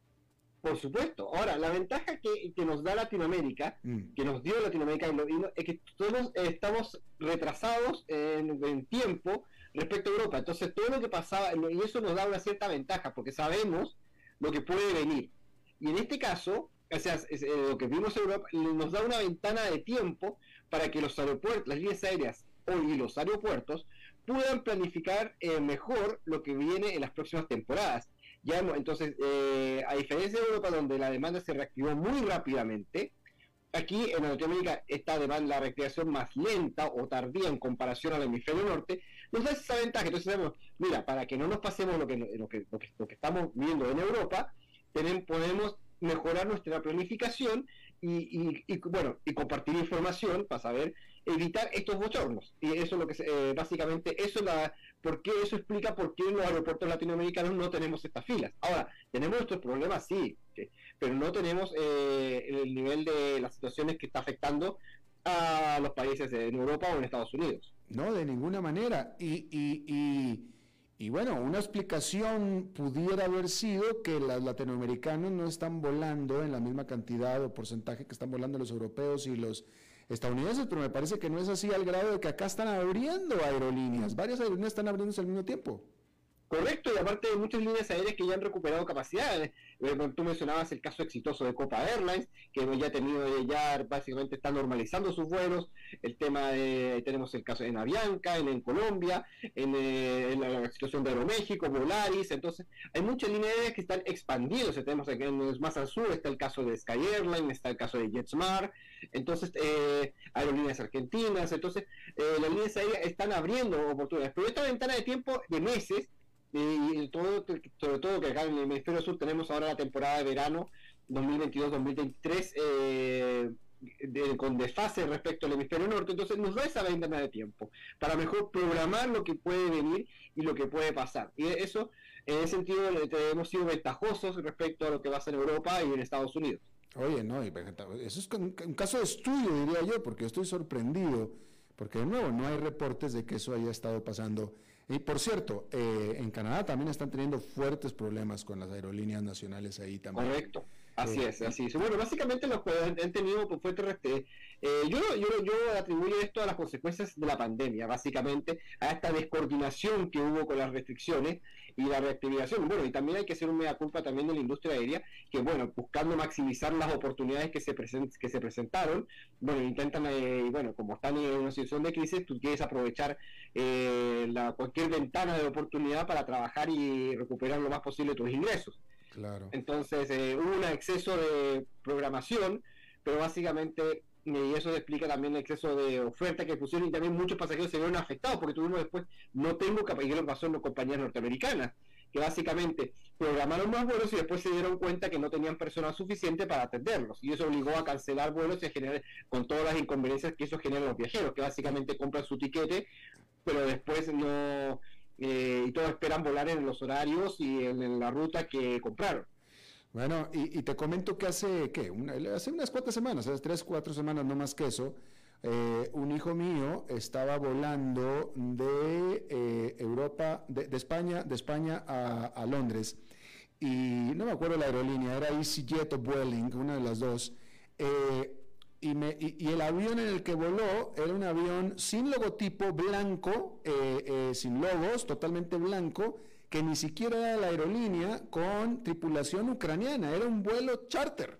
Por supuesto. Ahora, la ventaja que, que nos da Latinoamérica, mm. que nos dio Latinoamérica, es que todos estamos retrasados en, en tiempo respecto a Europa. Entonces, todo lo que pasaba, y eso nos da una cierta ventaja, porque sabemos lo que puede venir. Y en este caso, o sea, es, es, lo que vimos en Europa nos da una ventana de tiempo para que los aeropuertos, las líneas aéreas y los aeropuertos puedan planificar eh, mejor lo que viene en las próximas temporadas. Ya, entonces, eh, a diferencia de Europa, donde la demanda se reactivó muy rápidamente, aquí en Latinoamérica esta demanda, la reactivación más lenta o tardía en comparación al hemisferio norte, nos da esa ventaja. Entonces sabemos, mira, para que no nos pasemos lo que, lo que, lo que, lo que estamos viendo en Europa, tenemos, podemos mejorar nuestra planificación y, y, y bueno, y compartir información para saber evitar estos bochornos. Y eso es lo que eh, básicamente eso es la por qué eso explica por qué en los aeropuertos latinoamericanos no tenemos estas filas. Ahora, tenemos nuestros problemas, sí, ¿sí? Pero no tenemos eh, el nivel de las situaciones que está afectando a los países en Europa o en Estados Unidos. No, de ninguna manera. Y, y, y, y bueno, una explicación pudiera haber sido que los latinoamericanos no están volando en la misma cantidad o porcentaje que están volando los europeos y los estadounidenses, pero me parece que no es así, al grado de que acá están abriendo aerolíneas, varias aerolíneas están abriéndose al mismo tiempo. Correcto, y aparte hay muchas líneas aéreas que ya han recuperado capacidades. Eh, tú mencionabas el caso exitoso de Copa Airlines, que ya ha tenido, ya básicamente está normalizando sus vuelos. El tema de, tenemos el caso en Avianca, en, en Colombia, en, eh, en la situación de Aeroméxico, Volaris. Entonces, hay muchas líneas aéreas que están expandiéndose. Tenemos aquí en, más al sur, está el caso de Sky Airlines, está el caso de JetSmart. Entonces, eh, aerolíneas argentinas. Entonces, eh, las líneas aéreas están abriendo oportunidades. Pero esta ventana de tiempo de meses y todo, sobre todo que acá en el hemisferio sur tenemos ahora la temporada de verano dos mil veintidós dos mil veintitrés eh, de, con desfase respecto al hemisferio norte, entonces nos da esa ventana de tiempo para mejor programar lo que puede venir y lo que puede pasar, y eso en ese sentido hemos sido ventajosos respecto a lo que va a ser en Europa y en Estados Unidos. Oye, no, eso es un, un caso de estudio, diría yo, porque estoy sorprendido, porque de nuevo no hay reportes de que eso haya estado pasando. Y por cierto, eh, en Canadá también están teniendo fuertes problemas con las aerolíneas nacionales ahí también. Correcto, así eh, es, así es. Bueno, básicamente los que han tenido pues, fue terrestre. Eh, yo, yo, yo atribuyo esto a las consecuencias de la pandemia, básicamente, a esta descoordinación que hubo con las restricciones y la reactivación. Bueno, y también hay que hacer un mea culpa también de la industria aérea, que bueno, buscando maximizar las oportunidades que se present, que se presentaron, bueno, intentan, eh, bueno, como están en una situación de crisis, tú quieres aprovechar eh, la, cualquier ventana de oportunidad para trabajar y recuperar lo más posible tus ingresos. Claro. Entonces, eh, hubo un exceso de programación, pero básicamente... y eso explica también el exceso de oferta que pusieron, y también muchos pasajeros se vieron afectados porque tuvimos después, no tengo capacidad, y lo pasó en las compañías norteamericanas, que básicamente programaron más vuelos y después se dieron cuenta que no tenían personal suficiente para atenderlos, y eso obligó a cancelar vuelos y a generar, con todas las inconveniencias que eso genera a los viajeros, que básicamente compran su tiquete, pero después no, eh, y todos esperan volar en los horarios y en, en la ruta que compraron. Bueno, y, y te comento que hace, ¿qué? Una, hace unas cuantas semanas, hace tres, cuatro semanas, no más que eso, eh, un hijo mío estaba volando de eh, Europa, de, de España, de España a, a Londres, y no me acuerdo la aerolínea, era EasyJet o Vueling, una de las dos, eh, y, me, y, y el avión en el que voló era un avión sin logotipo, blanco, eh, eh, sin logos, totalmente blanco, que ni siquiera era la aerolínea con tripulación ucraniana, era un vuelo charter.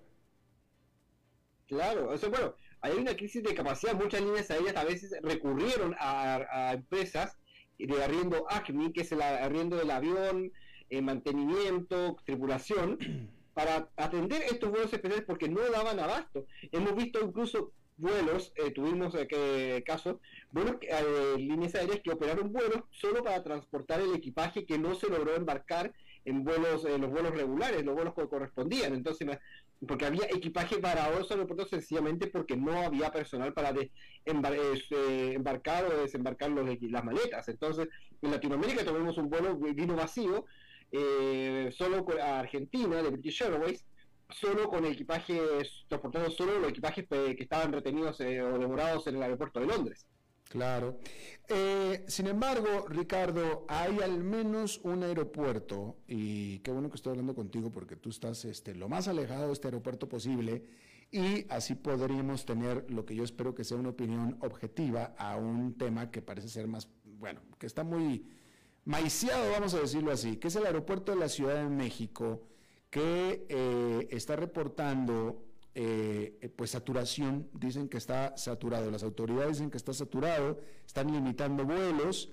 Claro, o sea, bueno, hay una crisis de capacidad, muchas líneas aéreas a veces recurrieron a, a empresas de arriendo ACMI, que es el arriendo del avión, eh, mantenimiento, tripulación, para atender estos vuelos especiales porque no daban abasto. Hemos visto incluso vuelos, eh, tuvimos eh, que, casos, bueno, eh, líneas aéreas que operaron vuelos solo para transportar el equipaje que no se logró embarcar en vuelos, eh, los vuelos regulares, los vuelos que correspondían. Entonces, porque había equipaje para los aeropuertos sencillamente porque no había personal para de, embar, eh, embarcar o desembarcar los, las maletas. Entonces, en Latinoamérica tuvimos un vuelo vino vacío, eh, solo a Argentina, de British Airways, solo con equipaje, transportando solo los equipajes que estaban retenidos eh, o demorados en el aeropuerto de Londres. Claro. Eh, sin embargo, Ricardo, hay al menos un aeropuerto, y qué bueno que estoy hablando contigo porque tú estás este, lo más alejado de este aeropuerto posible, y así podríamos tener lo que yo espero que sea una opinión objetiva a un tema que parece ser más, bueno, que está muy maiciado, vamos a decirlo así, que es el aeropuerto de la Ciudad de México, que eh, está reportando eh, pues saturación, dicen que está saturado, las autoridades dicen que está saturado, están limitando vuelos,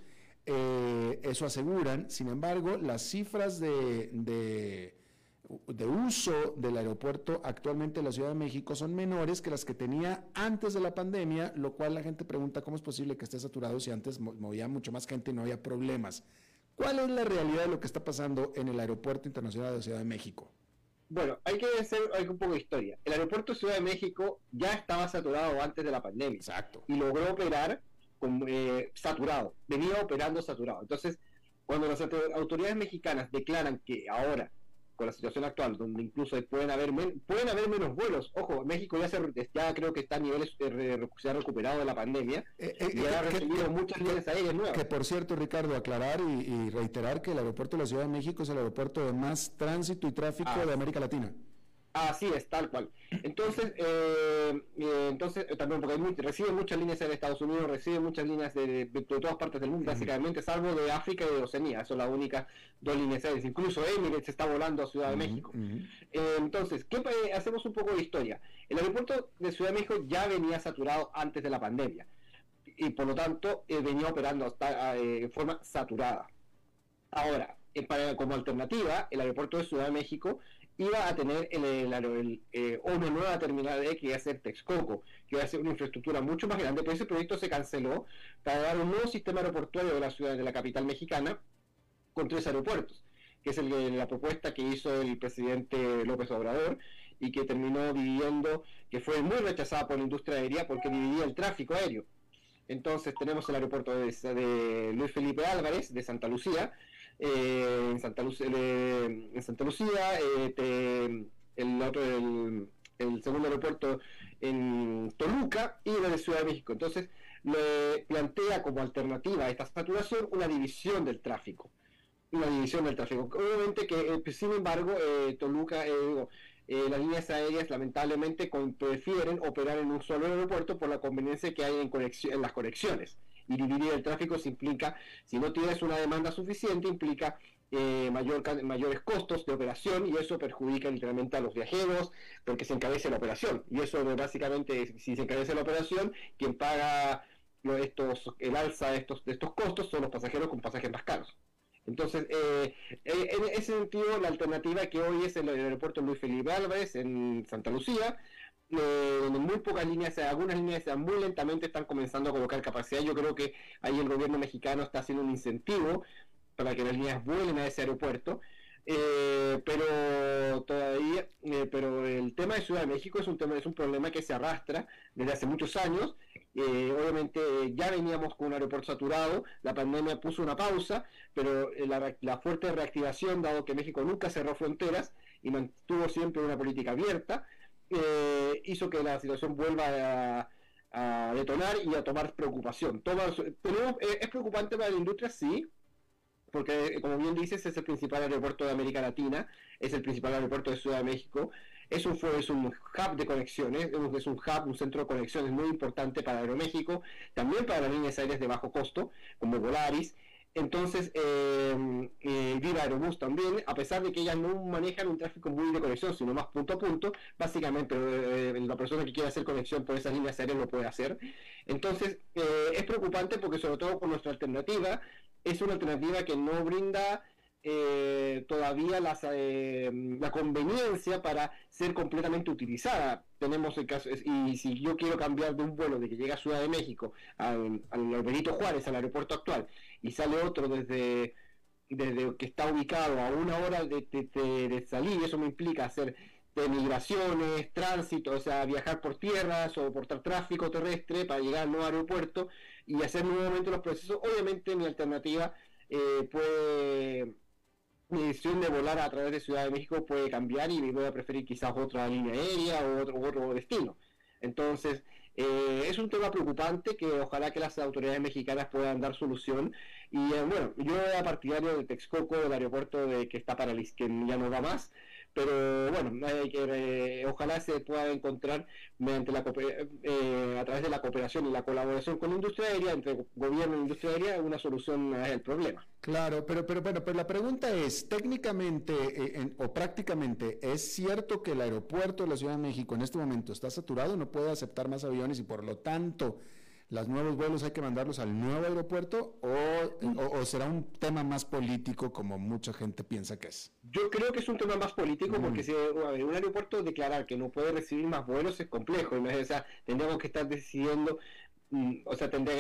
eh, eso aseguran. Sin embargo, las cifras de, de, de uso del aeropuerto actualmente en la Ciudad de México son menores que las que tenía antes de la pandemia, lo cual la gente pregunta cómo es posible que esté saturado si antes movía mucho más gente y no había problemas. ¿Cuál es la realidad de lo que está pasando en el Aeropuerto Internacional de la Ciudad de México? Bueno, hay que hacer hay un poco de historia. El Aeropuerto de Ciudad de México ya estaba saturado antes de la pandemia. Exacto. Y logró operar con, eh, saturado. Venía operando saturado. Entonces, cuando las autoridades mexicanas declaran que ahora, con la situación actual, donde incluso pueden haber men pueden haber menos vuelos, ojo, México ya, se, ya creo que está a niveles, eh, se ha recuperado de la pandemia, eh, eh, y ha recibido que, muchas líneas aéreas nuevas. Que por cierto, Ricardo, aclarar y, y reiterar que el aeropuerto de la Ciudad de México es el aeropuerto de más tránsito y tráfico ah, de América Latina. Así es, tal cual. Entonces, eh, eh, entonces eh, también porque hay muy, recibe muchas líneas de Estados Unidos, recibe muchas líneas de, de, de todas partes del mundo, uh-huh. básicamente, salvo de África y de Oceanía, son las únicas dos líneas aéreas. Incluso Emirates está volando a Ciudad uh-huh. de México. Uh-huh. eh, entonces, ¿qué, eh, hacemos un poco de historia. El aeropuerto de Ciudad de México ya venía saturado antes de la pandemia, y por lo tanto eh, venía operando hasta, eh, en forma saturada. Ahora, eh, para, como alternativa, el aeropuerto de Ciudad de México iba a tener el, el, el, el, eh, una nueva terminal E que iba a ser Texcoco, que iba a ser una infraestructura mucho más grande, pero ese proyecto se canceló para dar un nuevo sistema aeroportuario de la ciudad, de la capital mexicana, con tres aeropuertos, que es el, la propuesta que hizo el presidente López Obrador y que terminó dividiendo, que fue muy rechazada por la industria aérea porque dividía el tráfico aéreo. Entonces tenemos el aeropuerto de, de Luis Felipe Álvarez, de Santa Lucía, eh, en, Santa Lucía eh, en Santa Lucía, eh, te, el, otro, el, el segundo aeropuerto en Toluca y el de Ciudad de México. Entonces le plantea como alternativa a esta saturación una división del tráfico. Una división del tráfico. Obviamente que, eh, sin embargo, eh, Toluca, eh, eh, las líneas aéreas lamentablemente con, prefieren operar en un solo aeropuerto por la conveniencia que hay en, conexión, en las conexiones. Y dividir el tráfico se implica, si no tienes una demanda suficiente, implica eh, mayor, mayores costos de operación, y eso perjudica literalmente a los viajeros porque se encarece la operación. Y eso básicamente, si se encarece la operación, quien paga estos, el alza de estos, de estos costos son los pasajeros con pasajes más caros. Entonces, eh, en ese sentido, la alternativa que hoy es el aeropuerto Luis Felipe Álvarez en Santa Lucía, eh, en muy pocas líneas, algunas líneas muy lentamente están comenzando a colocar capacidad. Yo creo que ahí el gobierno mexicano está haciendo un incentivo para que las líneas vuelen a ese aeropuerto, eh, pero todavía, eh, pero el tema de Ciudad de México es un tema, es un problema que se arrastra desde hace muchos años. Eh, obviamente ya veníamos con un aeropuerto saturado, la pandemia puso una pausa, pero la, la fuerte reactivación, dado que México nunca cerró fronteras y mantuvo siempre una política abierta, eh, hizo que la situación vuelva a, a detonar y a tomar preocupación. Toma, tenemos, eh, es preocupante para la industria, sí, porque como bien dices, es el principal aeropuerto de América Latina, es el principal aeropuerto de Ciudad de México. Es un, es un hub de conexiones, es un hub, un centro de conexiones muy importante para Aeroméxico, también para las líneas aéreas de bajo costo, como Volaris. Entonces, eh, eh, Viva Aerobús también, a pesar de que ellas no manejan un tráfico muy de conexión, sino más punto a punto, básicamente eh, la persona que quiere hacer conexión por esas líneas aéreas lo puede hacer. Entonces, eh, es preocupante porque sobre todo con nuestra alternativa, es una alternativa que no brinda Eh, todavía las, eh, la conveniencia para ser completamente utilizada. Tenemos el caso, y si yo quiero cambiar de un vuelo de que llega a Ciudad de México al, al Benito Juárez, al aeropuerto actual, y sale otro desde, desde que está ubicado a una hora de, de, de, de salir, eso me implica hacer de migraciones, tránsito, o sea, viajar por tierra, soportar tráfico terrestre para llegar al nuevo aeropuerto y hacer nuevamente los procesos. Obviamente mi alternativa eh, puede mi decisión de volar a través de Ciudad de México puede cambiar y voy a preferir quizás otra línea aérea o otro, otro destino. Entonces, eh, es un tema preocupante que ojalá que las autoridades mexicanas puedan dar solución. Y eh, bueno, yo era partidario de Texcoco, del aeropuerto de que está paralizado, que ya no va más. Pero bueno, hay que, eh, ojalá se pueda encontrar mediante la eh, a través de la cooperación y la colaboración con la industria aérea, entre gobierno e industria aérea, una solución al problema. Claro, pero pero bueno, pero la pregunta es, técnicamente eh, en, o prácticamente, ¿es cierto que el aeropuerto de la Ciudad de México en este momento está saturado, no puede aceptar más aviones y por lo tanto los nuevos vuelos hay que mandarlos al nuevo aeropuerto o, o, o será un tema más político como mucha gente piensa que es? Yo creo que es un tema más político mm. porque si a ver, un aeropuerto declarar que no puede recibir más vuelos es complejo, o sea, tendríamos que estar decidiendo, o sea, tendría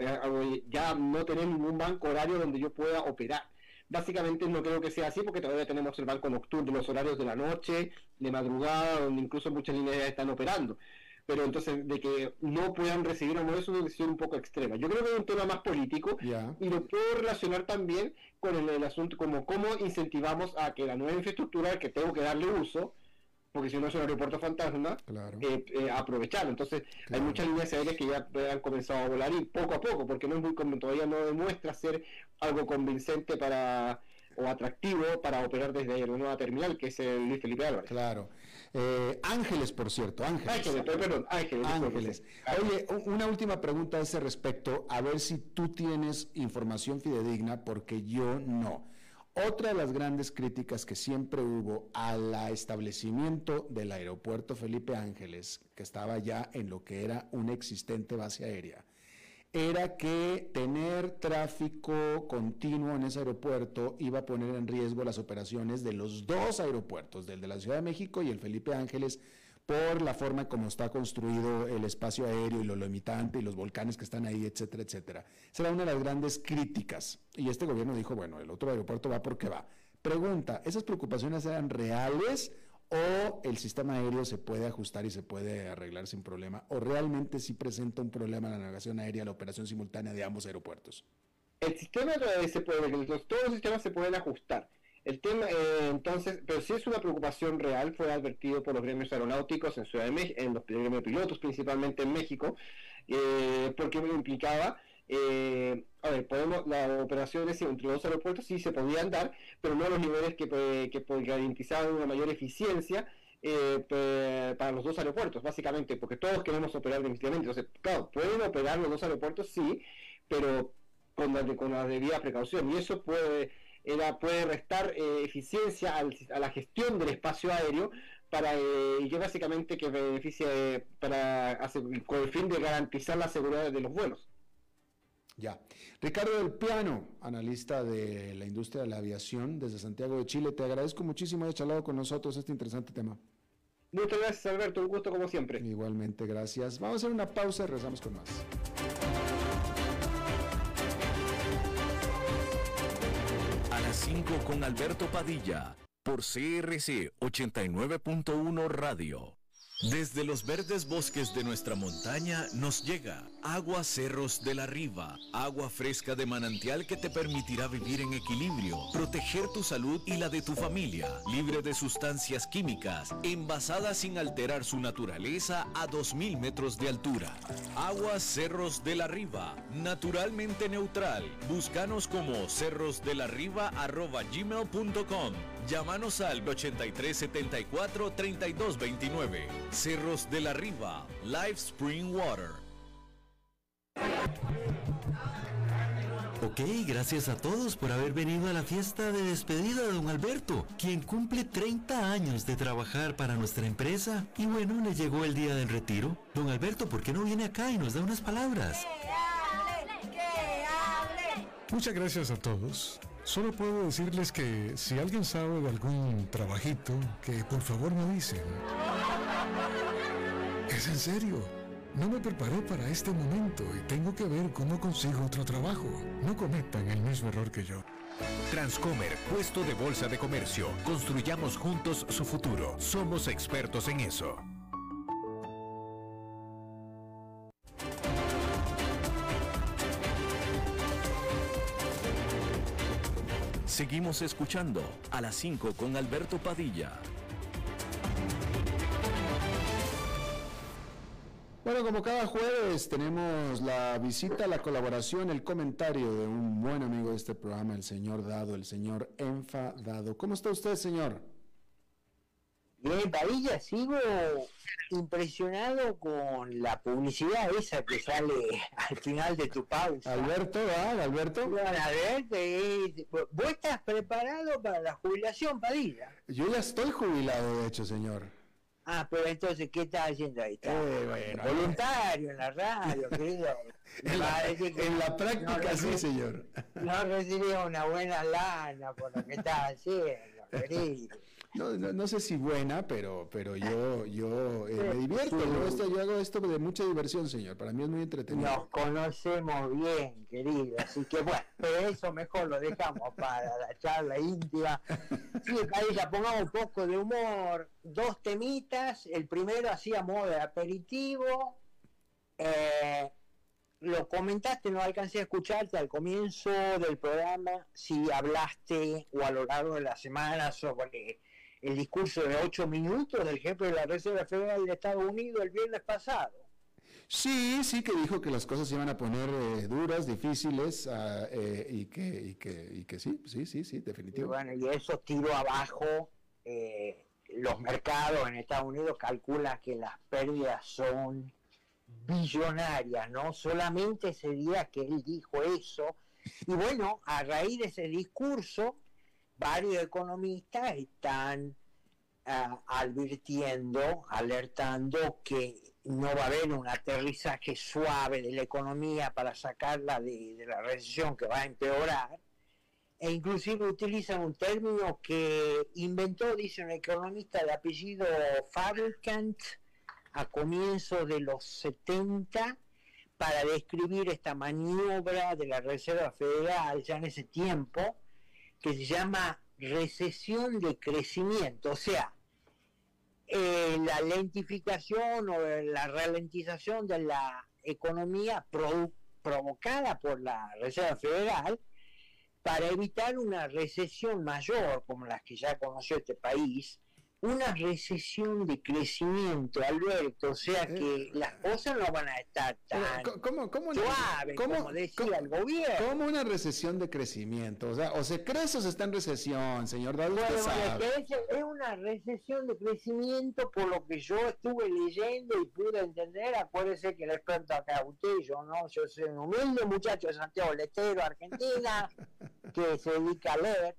que ya no tener ningún banco horario donde yo pueda operar. Básicamente no creo que sea así porque todavía tenemos el banco nocturno, los horarios de la noche, de madrugada, donde incluso muchas líneas ya están operando. Pero entonces de que no puedan recibir amor es una decisión un poco extrema. Yo creo que es un tema más político yeah. y lo puedo relacionar también con el, el asunto como cómo incentivamos a que la nueva infraestructura que tengo que darle uso, porque si no es un aeropuerto fantasma, claro. eh, eh, aprovecharlo. Entonces claro. hay muchas líneas aéreas que ya han comenzado a volar y poco a poco, porque no es muy todavía no demuestra ser algo convincente para o atractivo para operar desde la nueva terminal que es el Luis Felipe Álvarez. Claro. Eh, Ángeles, por cierto, Ángeles. Ángeles, perdón, Ángeles. Ángeles. Oye, una última pregunta a ese respecto, a ver si tú tienes información fidedigna, porque yo no. Otra de las grandes críticas que siempre hubo al establecimiento del aeropuerto Felipe Ángeles, que estaba ya en lo que era una existente base aérea, era que tener tráfico continuo en ese aeropuerto iba a poner en riesgo las operaciones de los dos aeropuertos, del de la Ciudad de México y el Felipe Ángeles, por la forma como está construido el espacio aéreo y lo limitante y los volcanes que están ahí, etcétera, etcétera. Esa era una de las grandes críticas. Y este gobierno dijo, bueno, el otro aeropuerto va porque va. Pregunta, ¿esas preocupaciones eran reales o el sistema aéreo se puede ajustar y se puede arreglar sin problema? ¿O realmente sí presenta un problema la navegación aérea, la operación simultánea de ambos aeropuertos? El sistema se puede, los, todos los sistemas se pueden ajustar. El tema, eh, entonces, pero sí es una preocupación real, fue advertido por los gremios aeronáuticos en Ciudad de México, en los gremios de pilotos, principalmente en México, eh, porque me implicaba, eh, a ver, podemos, las operaciones entre los aeropuertos sí se podían dar, pero no a los niveles que, que, que garantizaban una mayor eficiencia eh, pe, para los dos aeropuertos, básicamente, porque todos queremos operar definitivamente. Entonces, claro, pueden operar los dos aeropuertos, sí, pero con la, con la debida precaución, y eso puede... Era, puede restar eh, eficiencia al, a la gestión del espacio aéreo para eh, y que básicamente que beneficie eh, para hacer, con el fin de garantizar la seguridad de los vuelos. Ya. Ricardo del Piano, analista de la industria de la aviación desde Santiago de Chile, te agradezco muchísimo haber charlado con nosotros este interesante tema. Muchas gracias, Alberto, un gusto como siempre. Igualmente, gracias. Vamos a hacer una pausa y regresamos con más. cinco con Alberto Padilla, por C R C ochenta y nueve punto uno Radio. Desde los verdes bosques de nuestra montaña nos llega Agua Cerros de la Riva, agua fresca de manantial que te permitirá vivir en equilibrio, proteger tu salud y la de tu familia, libre de sustancias químicas, envasada sin alterar su naturaleza a dos mil metros de altura. Agua Cerros de la Riva, naturalmente neutral. Búscanos como cerrosdelariva arroba gmail punto com. Llámanos al ochenta y tres setenta y cuatro treinta y dos veintinueve. Cerros de la Riva, Live Spring Water. Ok, gracias a todos por haber venido a la fiesta de despedida de don Alberto, quien cumple treinta años de trabajar para nuestra empresa. Y bueno, le llegó el día del retiro. Don Alberto, ¿por qué no viene acá y nos da unas palabras? ¡Que hable! ¡Que hable! Muchas gracias a todos. Solo puedo decirles que si alguien sabe de algún trabajito, que por favor me dicen. Es en serio. No me preparé para este momento y tengo que ver cómo consigo otro trabajo. No cometan el mismo error que yo. Transcomer, puesto de bolsa de comercio. Construyamos juntos su futuro. Somos expertos en eso. Seguimos escuchando a las cinco con Alberto Padilla. Bueno, como cada jueves tenemos la visita, la colaboración, el comentario de un buen amigo de este programa, el señor Dado, el señor Enfadado. ¿Cómo está usted, señor? Bien, Padilla, sigo impresionado con la publicidad esa que sale al final de tu pausa. Alberto, ¿ah? Alberto. Bueno, a ver, eh, ¿vos estás preparado para la jubilación, Padilla? Yo ya estoy jubilado, de hecho, señor. Ah, pero entonces, ¿qué estás haciendo ahí? ¿Estás eh, bueno, voluntario eh. en la radio, querido? en, la, en la práctica, no, sí, señor. No recibías una buena lana por lo que estás haciendo, querido. No, no, no sé si buena, pero pero yo yo eh, me divierto. Sí. Yo, esto, yo hago esto de mucha diversión, señor. Para mí es muy entretenido. Nos conocemos bien, querido. Así que bueno, pero eso mejor lo dejamos para la charla íntima. Sí, Padilla, pongamos un poco de humor. Dos temitas. El primero así a modo de aperitivo. Eh, lo comentaste, no alcancé a escucharte al comienzo del programa. Si hablaste o a lo largo de la semana sobre el discurso de ocho minutos del jefe de la Reserva Federal de Estados Unidos el viernes pasado. Sí, sí que dijo que las cosas se iban a poner eh, duras, difíciles, uh, eh, y, que, y, que, y que sí, sí, sí, sí, definitivamente. Y bueno, y eso tiró abajo eh, los mercados en Estados Unidos, calculan que las pérdidas son billonarias, ¿no? Solamente ese día que él dijo eso. Y bueno, a raíz de ese discurso, varios economistas están uh, advirtiendo, alertando que no va a haber un aterrizaje suave de la economía para sacarla de, de la recesión que va a empeorar, e inclusive utilizan un término que inventó, dice un economista de apellido Fabricant, a comienzos de los setenta para describir esta maniobra de la Reserva Federal ya en ese tiempo, que se llama recesión de crecimiento, o sea, eh, la lentificación o la ralentización de la economía produ- provocada por la Reserva Federal para evitar una recesión mayor como las que ya conoció este país, una recesión de crecimiento, Alberto, o sea que eh, las cosas no van a estar tan ¿cómo, cómo una, suaves ¿cómo, como decía cómo, el gobierno. ¿Cómo una recesión de crecimiento? O sea, o se crece o se está en recesión, señor David. Bueno, bueno, es, es una recesión de crecimiento por lo que yo estuve leyendo y pude entender. Acuérdese que el experto acá usted y yo, ¿no? Yo soy un humilde muchacho de Santiago del Estero, Argentina, que se dedica a leer,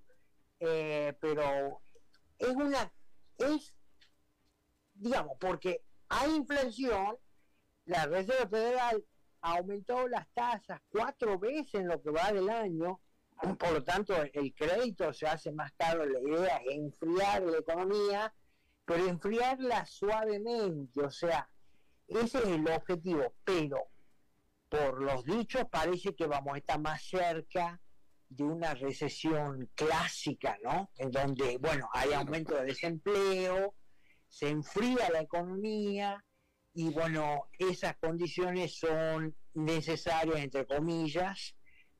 eh, pero es una... es, digamos, porque hay inflación, la Reserva Federal aumentó las tasas cuatro veces en lo que va del año, por lo tanto el crédito se hace más caro. La idea es enfriar la economía, pero enfriarla suavemente, o sea, ese es el objetivo, pero por los dichos parece que vamos a estar más cerca de una recesión clásica, ¿no? En donde, bueno, hay aumento de desempleo, se enfría la economía y, bueno, esas condiciones son necesarias, entre comillas,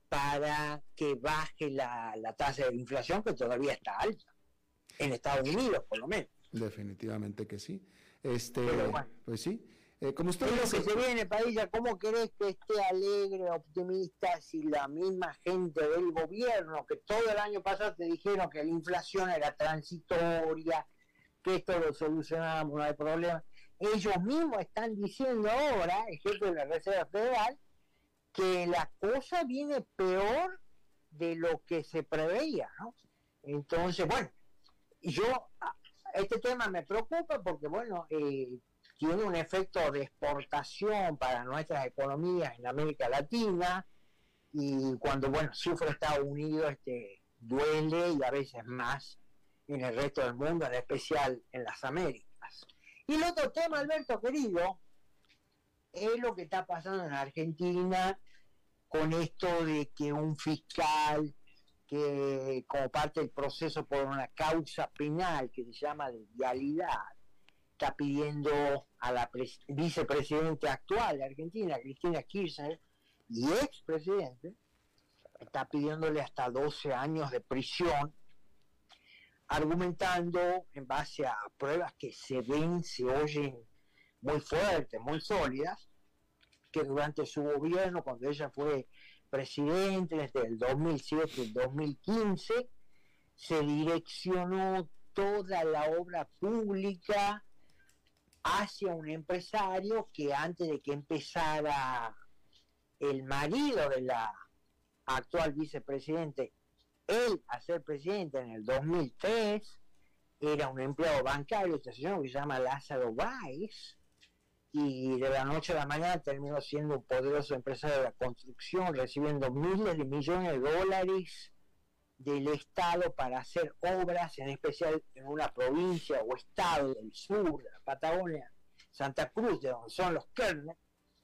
para que baje la, la tasa de inflación, que todavía está alta, en Estados Unidos, por lo menos. Definitivamente que sí. Este, bueno, pues sí. Eh, como usted es dice, lo que se viene, Padilla. ¿Cómo querés que esté alegre, optimista, si la misma gente del gobierno que todo el año pasado te dijeron que la inflación era transitoria, que esto lo solucionábamos, no hay problema? Ellos mismos están diciendo ahora, el jefe de la Reserva Federal, que la cosa viene peor de lo que se preveía, ¿no? Entonces, bueno, yo, este tema me preocupa porque, bueno, eh, tiene un efecto de exportación para nuestras economías en América Latina, y cuando, bueno, sufre Estados Unidos, este, duele, y a veces más en el resto del mundo, en especial en las Américas. Y el otro tema, Alberto querido, es lo que está pasando en Argentina con esto de que un fiscal que, como parte del proceso por una causa penal que se llama de vialidad, está pidiendo a la vicepresidenta actual de Argentina, Cristina Kirchner, y expresidente, está pidiéndole hasta doce años de prisión, argumentando en base a pruebas que se ven, se oyen muy fuertes, muy sólidas, que durante su gobierno, cuando ella fue presidente, desde el dos mil siete al dos mil quince, se direccionó toda la obra pública hacia un empresario que, antes de que empezara el marido de la actual vicepresidente, él a ser presidente en el dos mil tres, era un empleado bancario, este señor que se llama Lázaro Báez, y de la noche a la mañana terminó siendo un poderoso empresario de la construcción, recibiendo miles de millones de dólares del Estado para hacer obras, en especial en una provincia o estado del sur de la Patagonia, Santa Cruz, de donde son los Kirchner.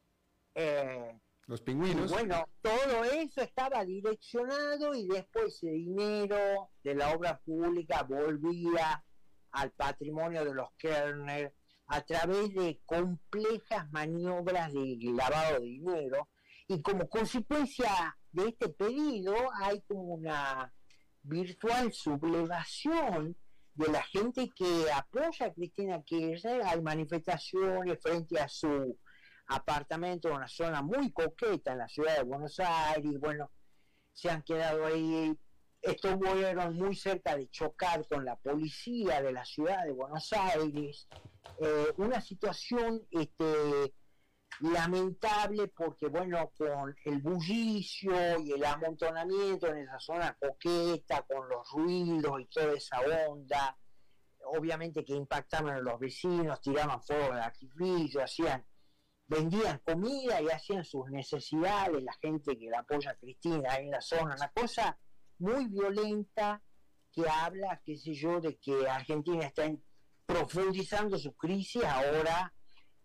Eh, los pingüinos. Bueno, todo eso estaba direccionado, y después ese dinero de la obra pública volvía al patrimonio de los Kirchner a través de complejas maniobras de lavado de dinero, y como consecuencia de este pedido hay como una virtual sublevación de la gente que apoya a Cristina Kirchner. Hay manifestaciones frente a su apartamento en una zona muy coqueta en la ciudad de Buenos Aires. Bueno, se han quedado ahí, estuvieron muy cerca de chocar con la policía de la ciudad de Buenos Aires. Eh, una situación este, lamentable, porque, bueno, con el bullicio y el amontonamiento en esa zona coqueta, con los ruidos y toda esa onda, obviamente que impactaban a los vecinos, tiraban fuego de artificio, hacían, vendían comida y hacían sus necesidades, la gente que la apoya a Cristina en la zona, una cosa muy violenta que habla, qué sé yo, de que Argentina está en, profundizando su crisis ahora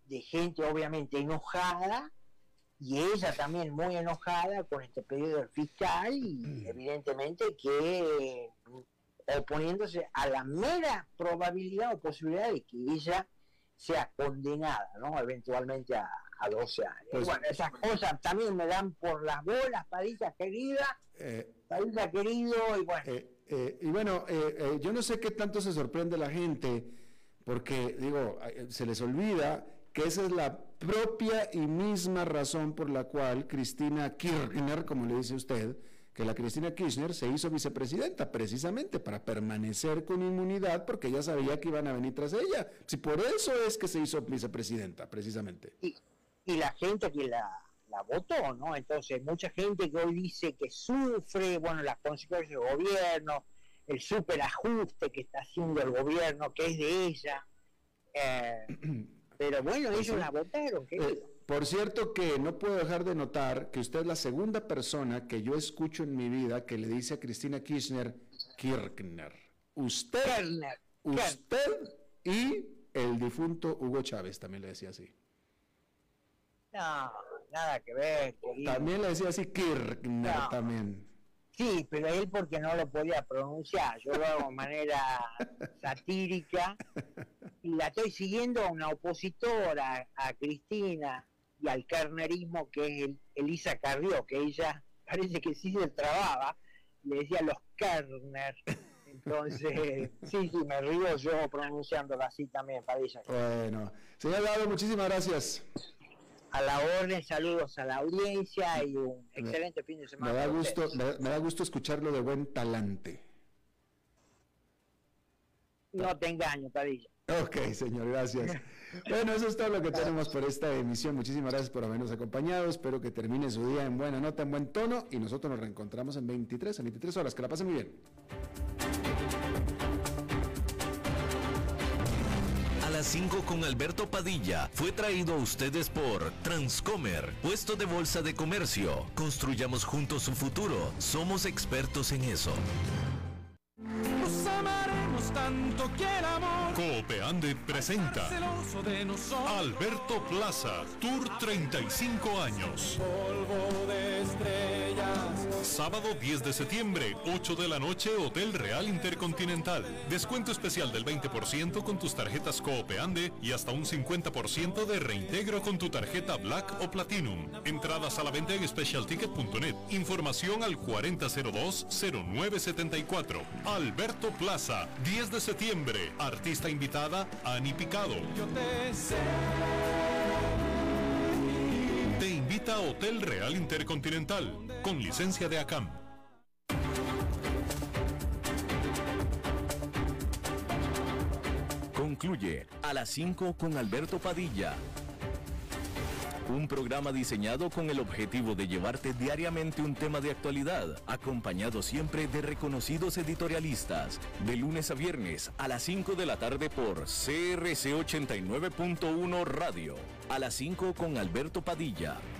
de gente obviamente enojada, y ella también muy enojada con este periodo fiscal, y evidentemente que oponiéndose a la mera probabilidad o posibilidad de que ella sea condenada, ¿no? Eventualmente a, a doce años. Pues, bueno, esas cosas también me dan por las bolas, Padilla querida, eh, Padilla querido, y bueno. Eh, eh, y bueno, eh, eh, yo no sé qué tanto se sorprende la gente, porque, digo, se les olvida que esa es la propia y misma razón por la cual Cristina Kirchner, como le dice usted, que la Cristina Kirchner se hizo vicepresidenta, precisamente para permanecer con inmunidad, porque ella sabía que iban a venir tras ella. Si por eso es que se hizo vicepresidenta, precisamente. Y, y la gente que la, la votó, ¿no? Entonces, mucha gente que hoy dice que sufre, bueno, las consecuencias del gobierno, el superajuste que está haciendo el gobierno, que es de ella. Eh, pero bueno, ellos sí la votaron, querido. Eh, Por cierto que no puedo dejar de notar que usted es la segunda persona que yo escucho en mi vida que le dice a Cristina Kirchner, Kirchner. Usted, Kirchner. usted y el difunto Hugo Chávez también le decía así. No, nada que ver, querido. También le decía así Kirchner no. también. Sí, pero él porque no lo podía pronunciar, yo lo hago de manera satírica y la estoy siguiendo a una opositora, a Cristina y al kernerismo, que es el, Elisa Carrió, que ella parece que sí se trababa, le decía los Kerner. Entonces, sí, sí, me río yo pronunciándola así también, Padilla. Bueno, señor Dado, muchísimas gracias. A la orden, saludos a la audiencia y un excelente me, fin de semana. Me da gusto, me, me da gusto escucharlo de buen talante. No te engaño, Padilla. Ok, señor, gracias. Bueno, eso es todo lo que tenemos por esta emisión. Muchísimas gracias por habernos acompañado. Espero que termine su día en buena nota, en buen tono, y nosotros nos reencontramos en veintitrés, en veintitrés horas. Que la pasen muy bien. A las cinco con Alberto Padilla fue traído a ustedes por Transcomer, puesto de bolsa de comercio. Construyamos juntos su futuro. Somos expertos en eso. Nos amaremos tanto que el amor. Coopeande presenta Alberto Plaza, Tour treinta y cinco años. Polvo de estrellas. Sábado diez de septiembre, ocho de la noche, Hotel Real Intercontinental. Descuento especial del veinte por ciento con tus tarjetas Coopeande y hasta un cincuenta por ciento de reintegro con tu tarjeta Black o Platinum. Entradas a la venta en special ticket punto net. Información al cuarenta cero dos cero nueve setenta y cuatro. Alberto Plaza, diez de septiembre. Artista invitada, Ani Picado. Yo te sé. Te invita a Hotel Real Intercontinental, con licencia de ACAM. Concluye A las cinco con Alberto Padilla. Un programa diseñado con el objetivo de llevarte diariamente un tema de actualidad, acompañado siempre de reconocidos editorialistas, de lunes a viernes a las cinco de la tarde por C R C ochenta y nueve punto uno Radio. A las cinco con Alberto Padilla.